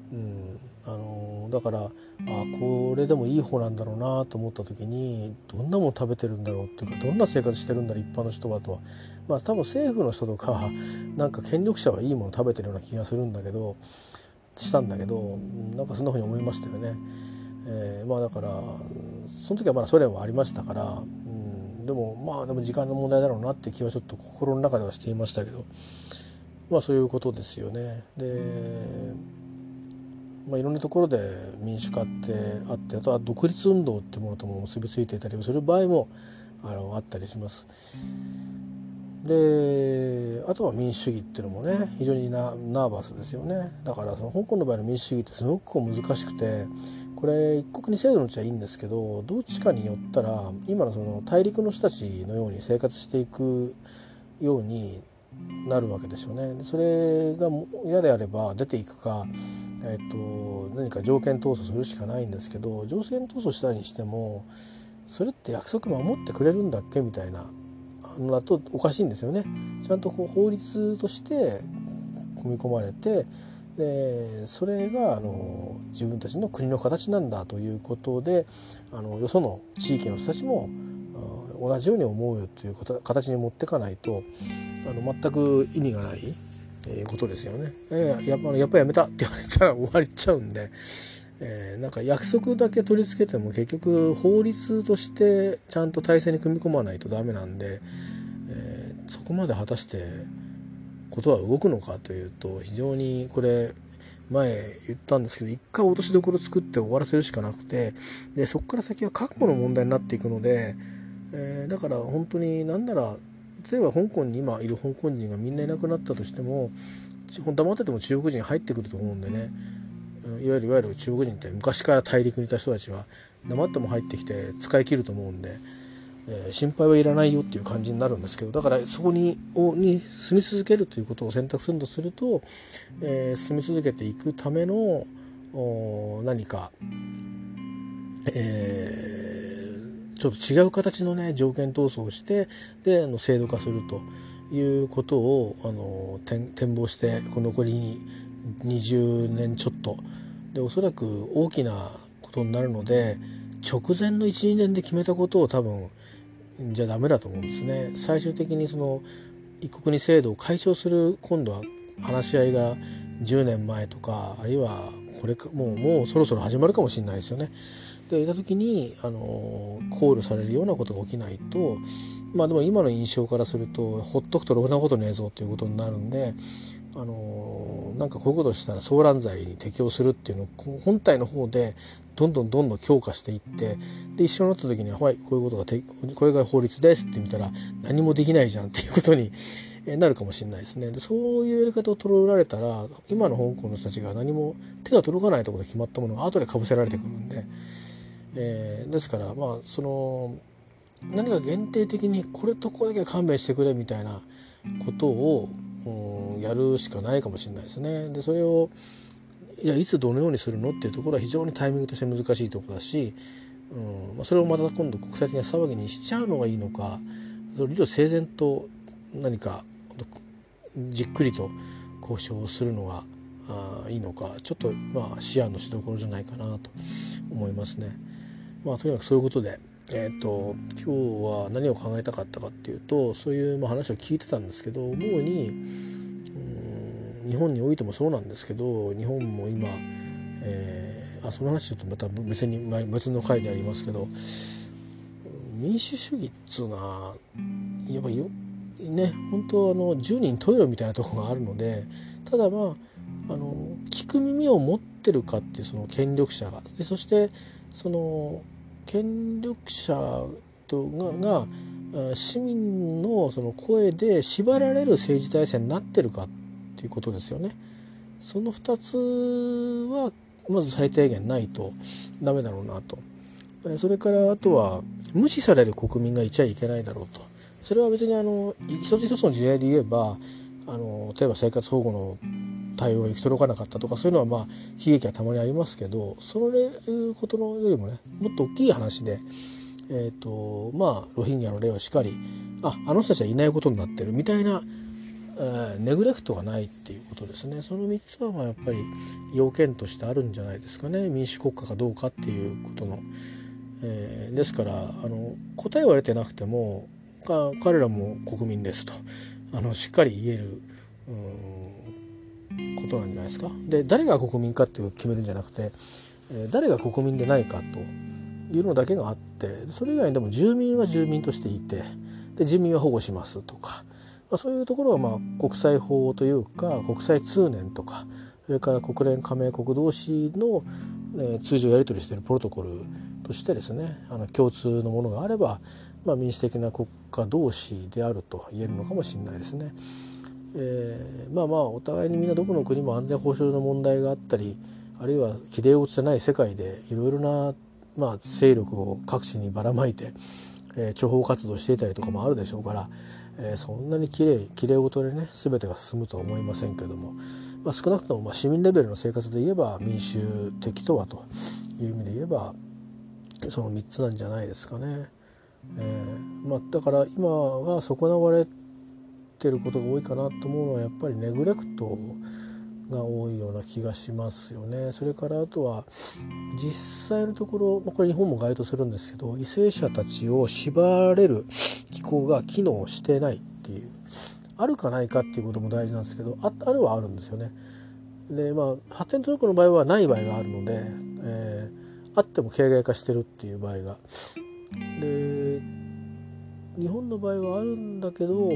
だからこれでもいい方なんだろうなと思った時に、どんなもの食べてるんだろうっていうか、どんな生活してるんだろう一般の人はとは、多分政府の人とかなんか権力者はいいもの食べてるような気がするんだけどしたんだけど、なんかそんな風に思いましたよね。だからその時はまだソ連はありましたから、でも時間の問題だろうなって気はちょっと心の中ではしていましたけど、そういうことですよね。でいろんなところで民主化ってあって、あとは独立運動ってものとも結びついていたりする場合もあったりします。であとは民主主義っていうのもね、非常にナーバスですよね。だからその香港の場合の民主主義ってすごく難しくて、これ一国二制度のうちはいいんですけど、どっちかによったら今のその大陸の人たちのように生活していくようになるわけですよね。それが嫌であれば出ていくか、何か条件闘争するしかないんですけど、条件闘争したにしてもそれって約束守ってくれるんだっけみたいなのだとおかしいんですよね。ちゃんと法律として組み込まれて、でそれが自分たちの国の形なんだということで、よその地域の人たちも同じように思うという形に持っていかないと全く意味がないことですよね。やっぱやめたって言われたら終わりちゃうんで、なんか約束だけ取り付けても結局法律としてちゃんと体制に組み込まないとダメなんで、そこまで果たしてことは動くのかというと、非常にこれ前言ったんですけど、一回落としどころ作って終わらせるしかなくて、でそこから先は覚悟の問題になっていくので、だから本当になんなら例えば香港に今いる香港人がみんないなくなったとしても、黙ってても中国人入ってくると思うんでね、いわゆる中国人って昔から大陸にいた人たちは黙っても入ってきて使い切ると思うんで、心配はいらないよっていう感じになるんですけど、だからそこに住み続けるということを選択するとすると、住み続けていくための何か、ちょっと違う形のね条件闘争をしてで制度化するということを展望して、この残りに20年ちょっとでおそらく大きなことになるので、直前の 1,2 年で決めたことを多分じゃダメだと思うんですね。最終的にその一国二制度を解消する今度は話し合いが10年前とか、あるいはこれかもうそろそろ始まるかもしれないですよね。でいた時に考慮されるようなことが起きないと、でも今の印象からするとほっとくとろくなことねえぞということになるんで、なんかこういうことをしたら騒乱罪に適用するっていうのを本体の方でどんどん強化していって、で一緒になった時にはいこういうことがこれが法律ですって見たら何もできないじゃんっていうことになるかもしれないですね。でそういうやり方を取られたら今の香港の人たちが何も手が届かないところで決まったものが後でかぶせられてくるんで、ですからその何か限定的にこれとこれだけは勘弁してくれみたいなことをやるしかないかもしれないですね。でそれをいつどのようにするのっていうところは非常にタイミングとして難しいところだし、それをまた今度国際的な騒ぎにしちゃうのがいいのか、それ以上整然と何かじっくりと交渉をするのがいいのか、ちょっと思案のしどころじゃないかなと思いますね。とにかくそういうことで、今日は何を考えたかったかっていうと、そういう話を聞いてたんですけど、思うに日本においてもそうなんですけど、日本も今、その話ちょっとまた別の回でありますけど、民主主義っつうのはやっぱり本当10人十色みたいなところがあるので、ただ聞聞く耳を持ってるかっていうその権力者が、でそしてその権力者が市民のその声で縛られる政治体制になってるかっていうことですよね。その2つはまず最低限ないとダメだろうなと。それからあとは無視される国民がいちゃいけないだろうと。それは別に一つ一つの事例で言えば例えば生活保護の対応が行き届かなかったとかそういうのはまあ悲劇はたまにありますけど、そういうことのよりもねもっと大きい話でまあロヒンギャの例はしっかりあの人たちはいないことになってるみたいなネグレクトがないっていうことですね。その3つはまあやっぱり要件としてあるんじゃないですかね。民主国家かどうかっていうことの、ですから答えは出てなくても彼らも国民ですとしっかり言えることなんじゃないですか。で誰が国民かっていう決めるんじゃなくて、誰が国民でないかというのだけがあって、それ以外にでも住民は住民としていて、で人民は保護しますとか、そういうところはまあ国際法というか国際通念とか、それから国連加盟国同士の、通常やり取りしているプロトコルとしてですね共通のものがあれば、民主的な国家同士であると言えるのかもしれないですね。お互いにみんなどこの国も安全保障の問題があったり、あるいは綺麗事じゃない世界でいろいろな、勢力を各地にばらまいて、諜報活動していたりとかもあるでしょうから、そんなに綺麗事でね全てが進むとは思いませんけども、少なくとも市民レベルの生活で言えば民主的とはという意味で言えばその3つなんじゃないですかね。だから今が損なわれてることが多いかなと思うのはやっぱりネグレクトが多いような気がしますよね。それからあとは実際のところ、これ日本も該当するんですけど、為政者たちを縛られる機構が機能してないっていう、あるかないかっていうことも大事なんですけど、あるはあるんですよね。で発展途上国の場合はない場合があるので、あっても形骸化してるっていう場合がで、日本の場合はあるんだけど、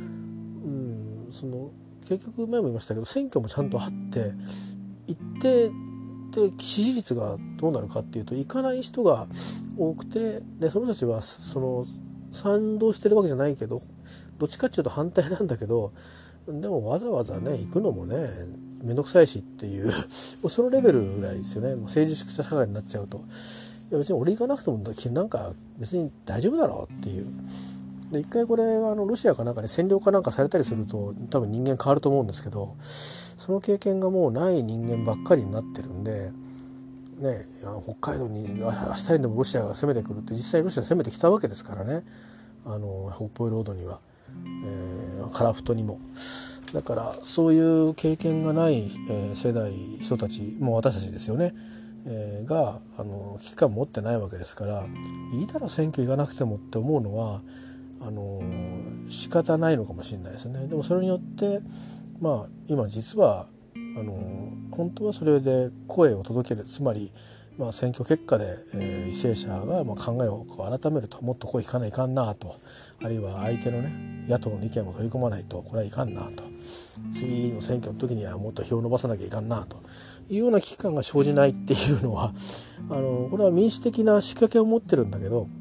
結局前も言いましたけど選挙もちゃんとあって一定で支持率がどうなるかっていうといかない人が多くて、でその人たちは賛同してるわけじゃないけどどっちかっていうと反対なんだけど、でもわざわざね行くのもねめんどくさいしっていうそのレベルぐらいですよね。もう政治縮社会になっちゃうと、いや別に俺行かなくてもなんか別に大丈夫だろうっていう。で一回これロシアかなんかに占領かなんかされたりすると多分人間変わると思うんですけど、その経験がもうない人間ばっかりになってるんで、ね、北海道に明日にでもロシアが攻めてくるって実際ロシア攻めてきたわけですからね、北方領土には、樺太にも。だからそういう経験がない、世代人たちもう私たちですよね、が危機感持ってないわけですから、いいだろ選挙行かなくてもって思うのは仕方ないのかもしれないですね。でもそれによって今実は本当はそれで声を届ける、つまり選挙結果で、為政者が考えを改めると、もっと声聞かないかんなと、あるいは相手のね野党の意見を取り込まないとこれはいかんなと、次の選挙の時にはもっと票を伸ばさなきゃいかんなというような危機感が生じないっていうのはこれは民主的な仕掛けを持ってるんだけど、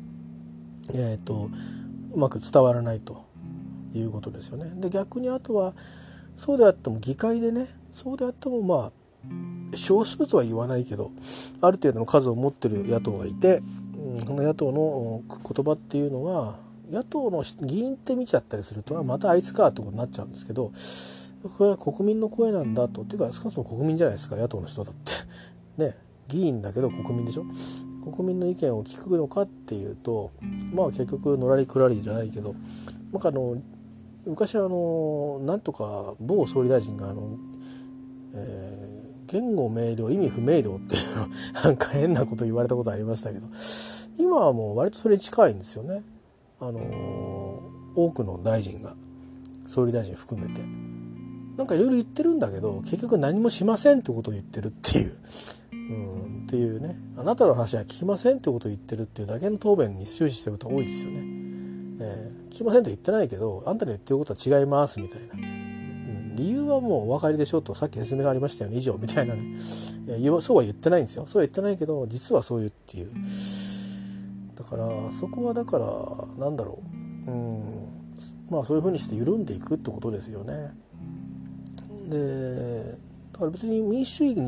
うまく伝わらないということですよね。で逆にあとはそうであっても議会でね、そうであっても少数とは言わないけどある程度の数を持ってる野党がいて、その野党の言葉っていうのが野党の議員って見ちゃったりするとまたあいつかってことになっちゃうんですけど、これは国民の声なんだと。っていうか少なくとも国民じゃないですか、野党の人だってね、議員だけど国民でしょ。国民の意見を聞くのかっていうと結局のらりくらりじゃないけど、昔なんとか某総理大臣が言語明瞭意味不明瞭っていうなんか変なこと言われたことありましたけど、今はもう割とそれに近いんですよね。多くの大臣が総理大臣含めてなんかいろいろ言ってるんだけど結局何もしませんってことを言ってるっていう、っていうね、あなたの話は聞きませんってことを言ってるっていうだけの答弁に終始してることが多いですよね。聞きませんと言ってないけどあんたの言ってることは違いますみたいな、 理由はもうお分かりでしょうと、さっき説明がありましたよね以上みたいなね、そうは言ってないんですよ。そうは言ってないけど実はそういうっていう。だからそこはだからなんだろう、まあそういうふうにして緩んでいくってことですよね。でだから別に民主主義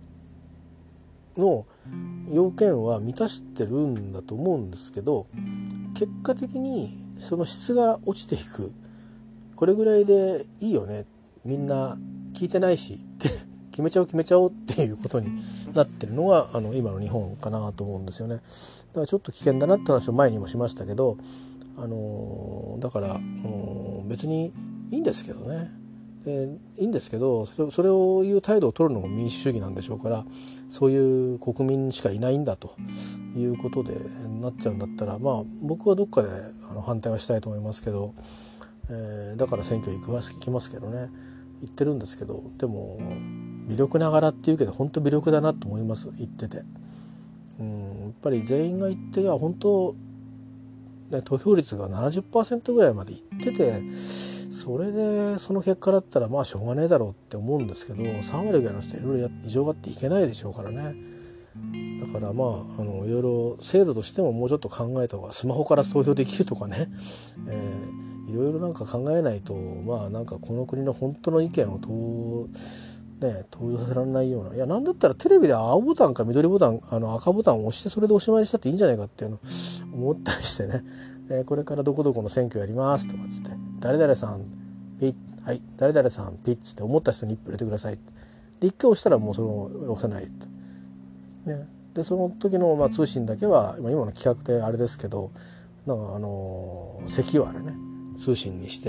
の要件は満たしてるんだと思うんですけど、結果的にその質が落ちていく。これぐらいでいいよね、みんな聞いてないしって決めちゃおうっていうことになってるのが今の日本かなと思うんですよね。だからちょっと危険だなって話を前にもしましたけど、だから別にいいんですけどね。いいんですけど、それをいう態度を取るのも民主主義なんでしょうから、そういう国民しかいないんだということでなっちゃうんだったら、まあ僕はどっかで反対はしたいと思いますけど、だから選挙行きますけどね、言ってるんですけど、でも微力ながらっていうけど本当微力だなと思います、言ってて。やっぱり全員が言って本当、ね、投票率が 70% ぐらいまでいってて、それでその結果だったらまあしょうがねえだろうって思うんですけど、3割ぐらいの人いろいろ異常があっていけないでしょうからね。だからまあいろいろ制度としてももうちょっと考えた方が、スマホから投票できるとかね、いろいろなんか考えないと、まあなんかこの国の本当の意見を投与させられないような。いや、なんだったらテレビで青ボタンか緑ボタン赤ボタンを押してそれでおしまいにしたっていいんじゃないかっていうのを思ったりしてね、これからどこどこの選挙やりますとかつって、誰々さんピッ、はい、誰々さんピッつって思った人に一票入れてくださいで、一回押したらもうそれを押せないと、ね、でその時の通信だけは今の企画であれですけど、なんか関はね通信にして、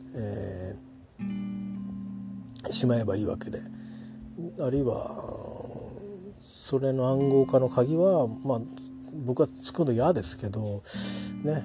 しまえばいいわけで、あるいはそれの暗号化の鍵は、まあ僕は作るの嫌ですけどね、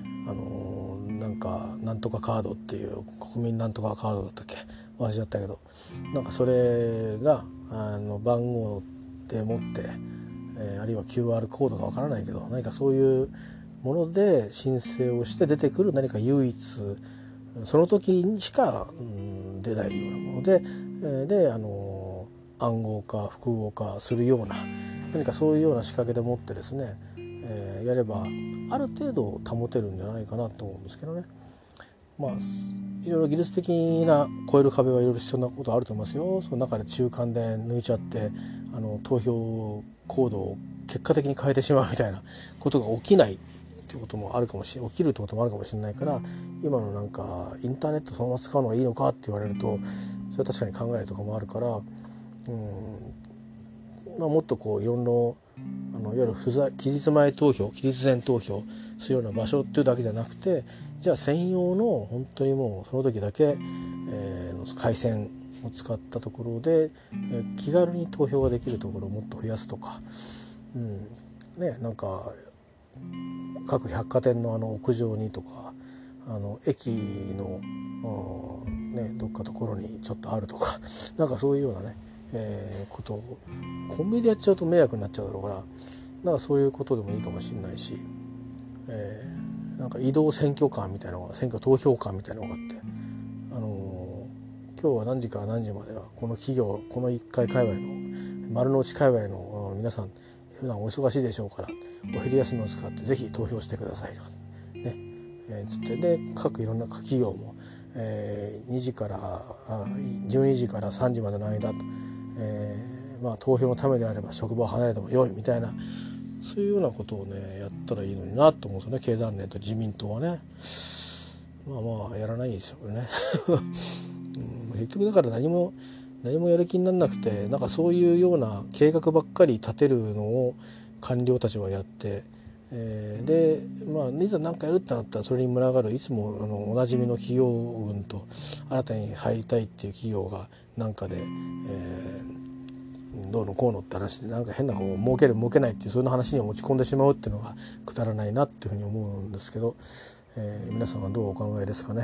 なんとかカードっていう、国民なんとかカードだったっけ、忘れちゃったけど、なんかそれが番号でもって、あるいは QR コードかわからないけど、何かそういうもので申請をして出てくる何か唯一その時にしか、出ないようなもので、暗号化複合化するような何かそういうような仕掛けでもってですね、やればある程度保てるんじゃないかなと思うんですけどね。まあいろいろ技術的な超える壁はいろいろ必要なことあると思いますよ。その中で中間で抜いちゃって投票行動を結果的に変えてしまうみたいなことが起きないってこともあるかもしれない、起きるってこともあるかもしれないから、今のなんかインターネットそのまま使うのがいいのかって言われると、それは確かに考えるとかもあるから、もっとこういろんないわゆる期日前投票、期日前投票するような場所っていうだけじゃなくて、じゃあ専用の本当にもうその時だけ、回線を使ったところで、気軽に投票ができるところをもっと増やすとか、なんか各百貨店の屋上にとか駅の、どっかところにちょっとあるとかなんかそういうようなね、ことをコンビニでやっちゃうと迷惑になっちゃうだろうから、なんかそういうことでもいいかもしれないし、なんか移動選挙カーみたいなのが、選挙投票カーみたいなのがあって、今日は何時から何時まではこの企業、この1階界隈の丸の内界隈の皆さん普段お忙しいでしょうからお昼休みを使ってぜひ投票してくださいとかね、つってで各いろんな企業も、12時から3時までの間と、投票のためであれば職場を離れても良いみたいな、そういうようなことをねやったらいいのになと思うんですよね。経団連と自民党はね、まあやらないんですよね結局だから何もやる気にならなくて、なんかそういうような計画ばっかり立てるのを官僚たちはやって、でいざ何かやるってなったらそれに群がるいつもおなじみの企業群と新たに入りたいっていう企業がなんかで、どうのこうのって話でなんか変な儲ける儲けないっていうそういう話に持ち込んでしまうっていうのがくだらないなっていうふうに思うんですけど、皆さんはどうお考えですかね。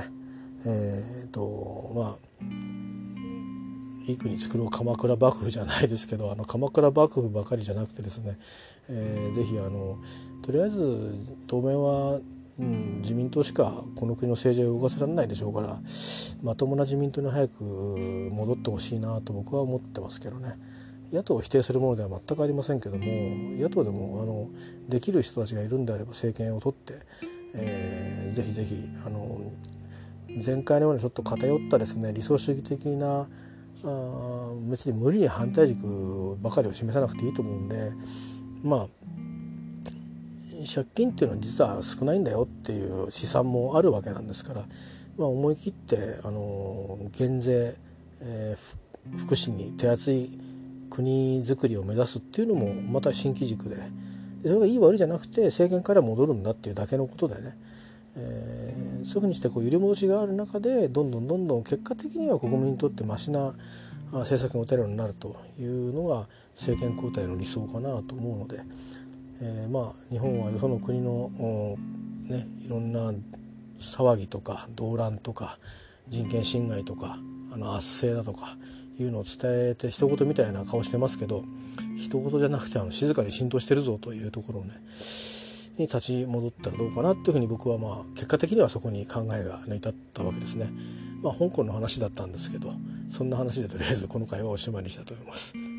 いい国作ろう鎌倉幕府じゃないですけど、鎌倉幕府ばかりじゃなくてですね、ぜひとりあえず当面は自民党しかこの国の政治を動かせられないでしょうから、まともな自民党に早く戻ってほしいなと僕は思ってますけどね。野党を否定するものでは全くありませんけども、野党でもできる人たちがいるんであれば政権を取って、ぜひぜひ前回のようにちょっと偏ったですね理想主義的な別に無理に反対軸ばかりを示さなくていいと思うんで、借金っていうのは実は少ないんだよっていう試算もあるわけなんですから、思い切って減税、福祉に手厚い国づくりを目指すっていうのもまた新機軸で、それがいい悪いじゃなくて政権から戻るんだっていうだけのことでね、そういうふうにして揺り戻しがある中でどんどん結果的には国民にとってマシな政策が打てるようになるというのが政権交代の理想かなと思うので、日本はよその国の、いろんな騒ぎとか動乱とか人権侵害とか圧政だとかいうのを伝えて一言みたいな顔してますけど、一言じゃなくて静かに浸透してるぞというところをねに立ち戻ったらどうかなというふうに僕は結果的にはそこに考えが至ったわけですね。香港の話だったんですけど、そんな話でとりあえずこの回はおしまいにしたいと思います。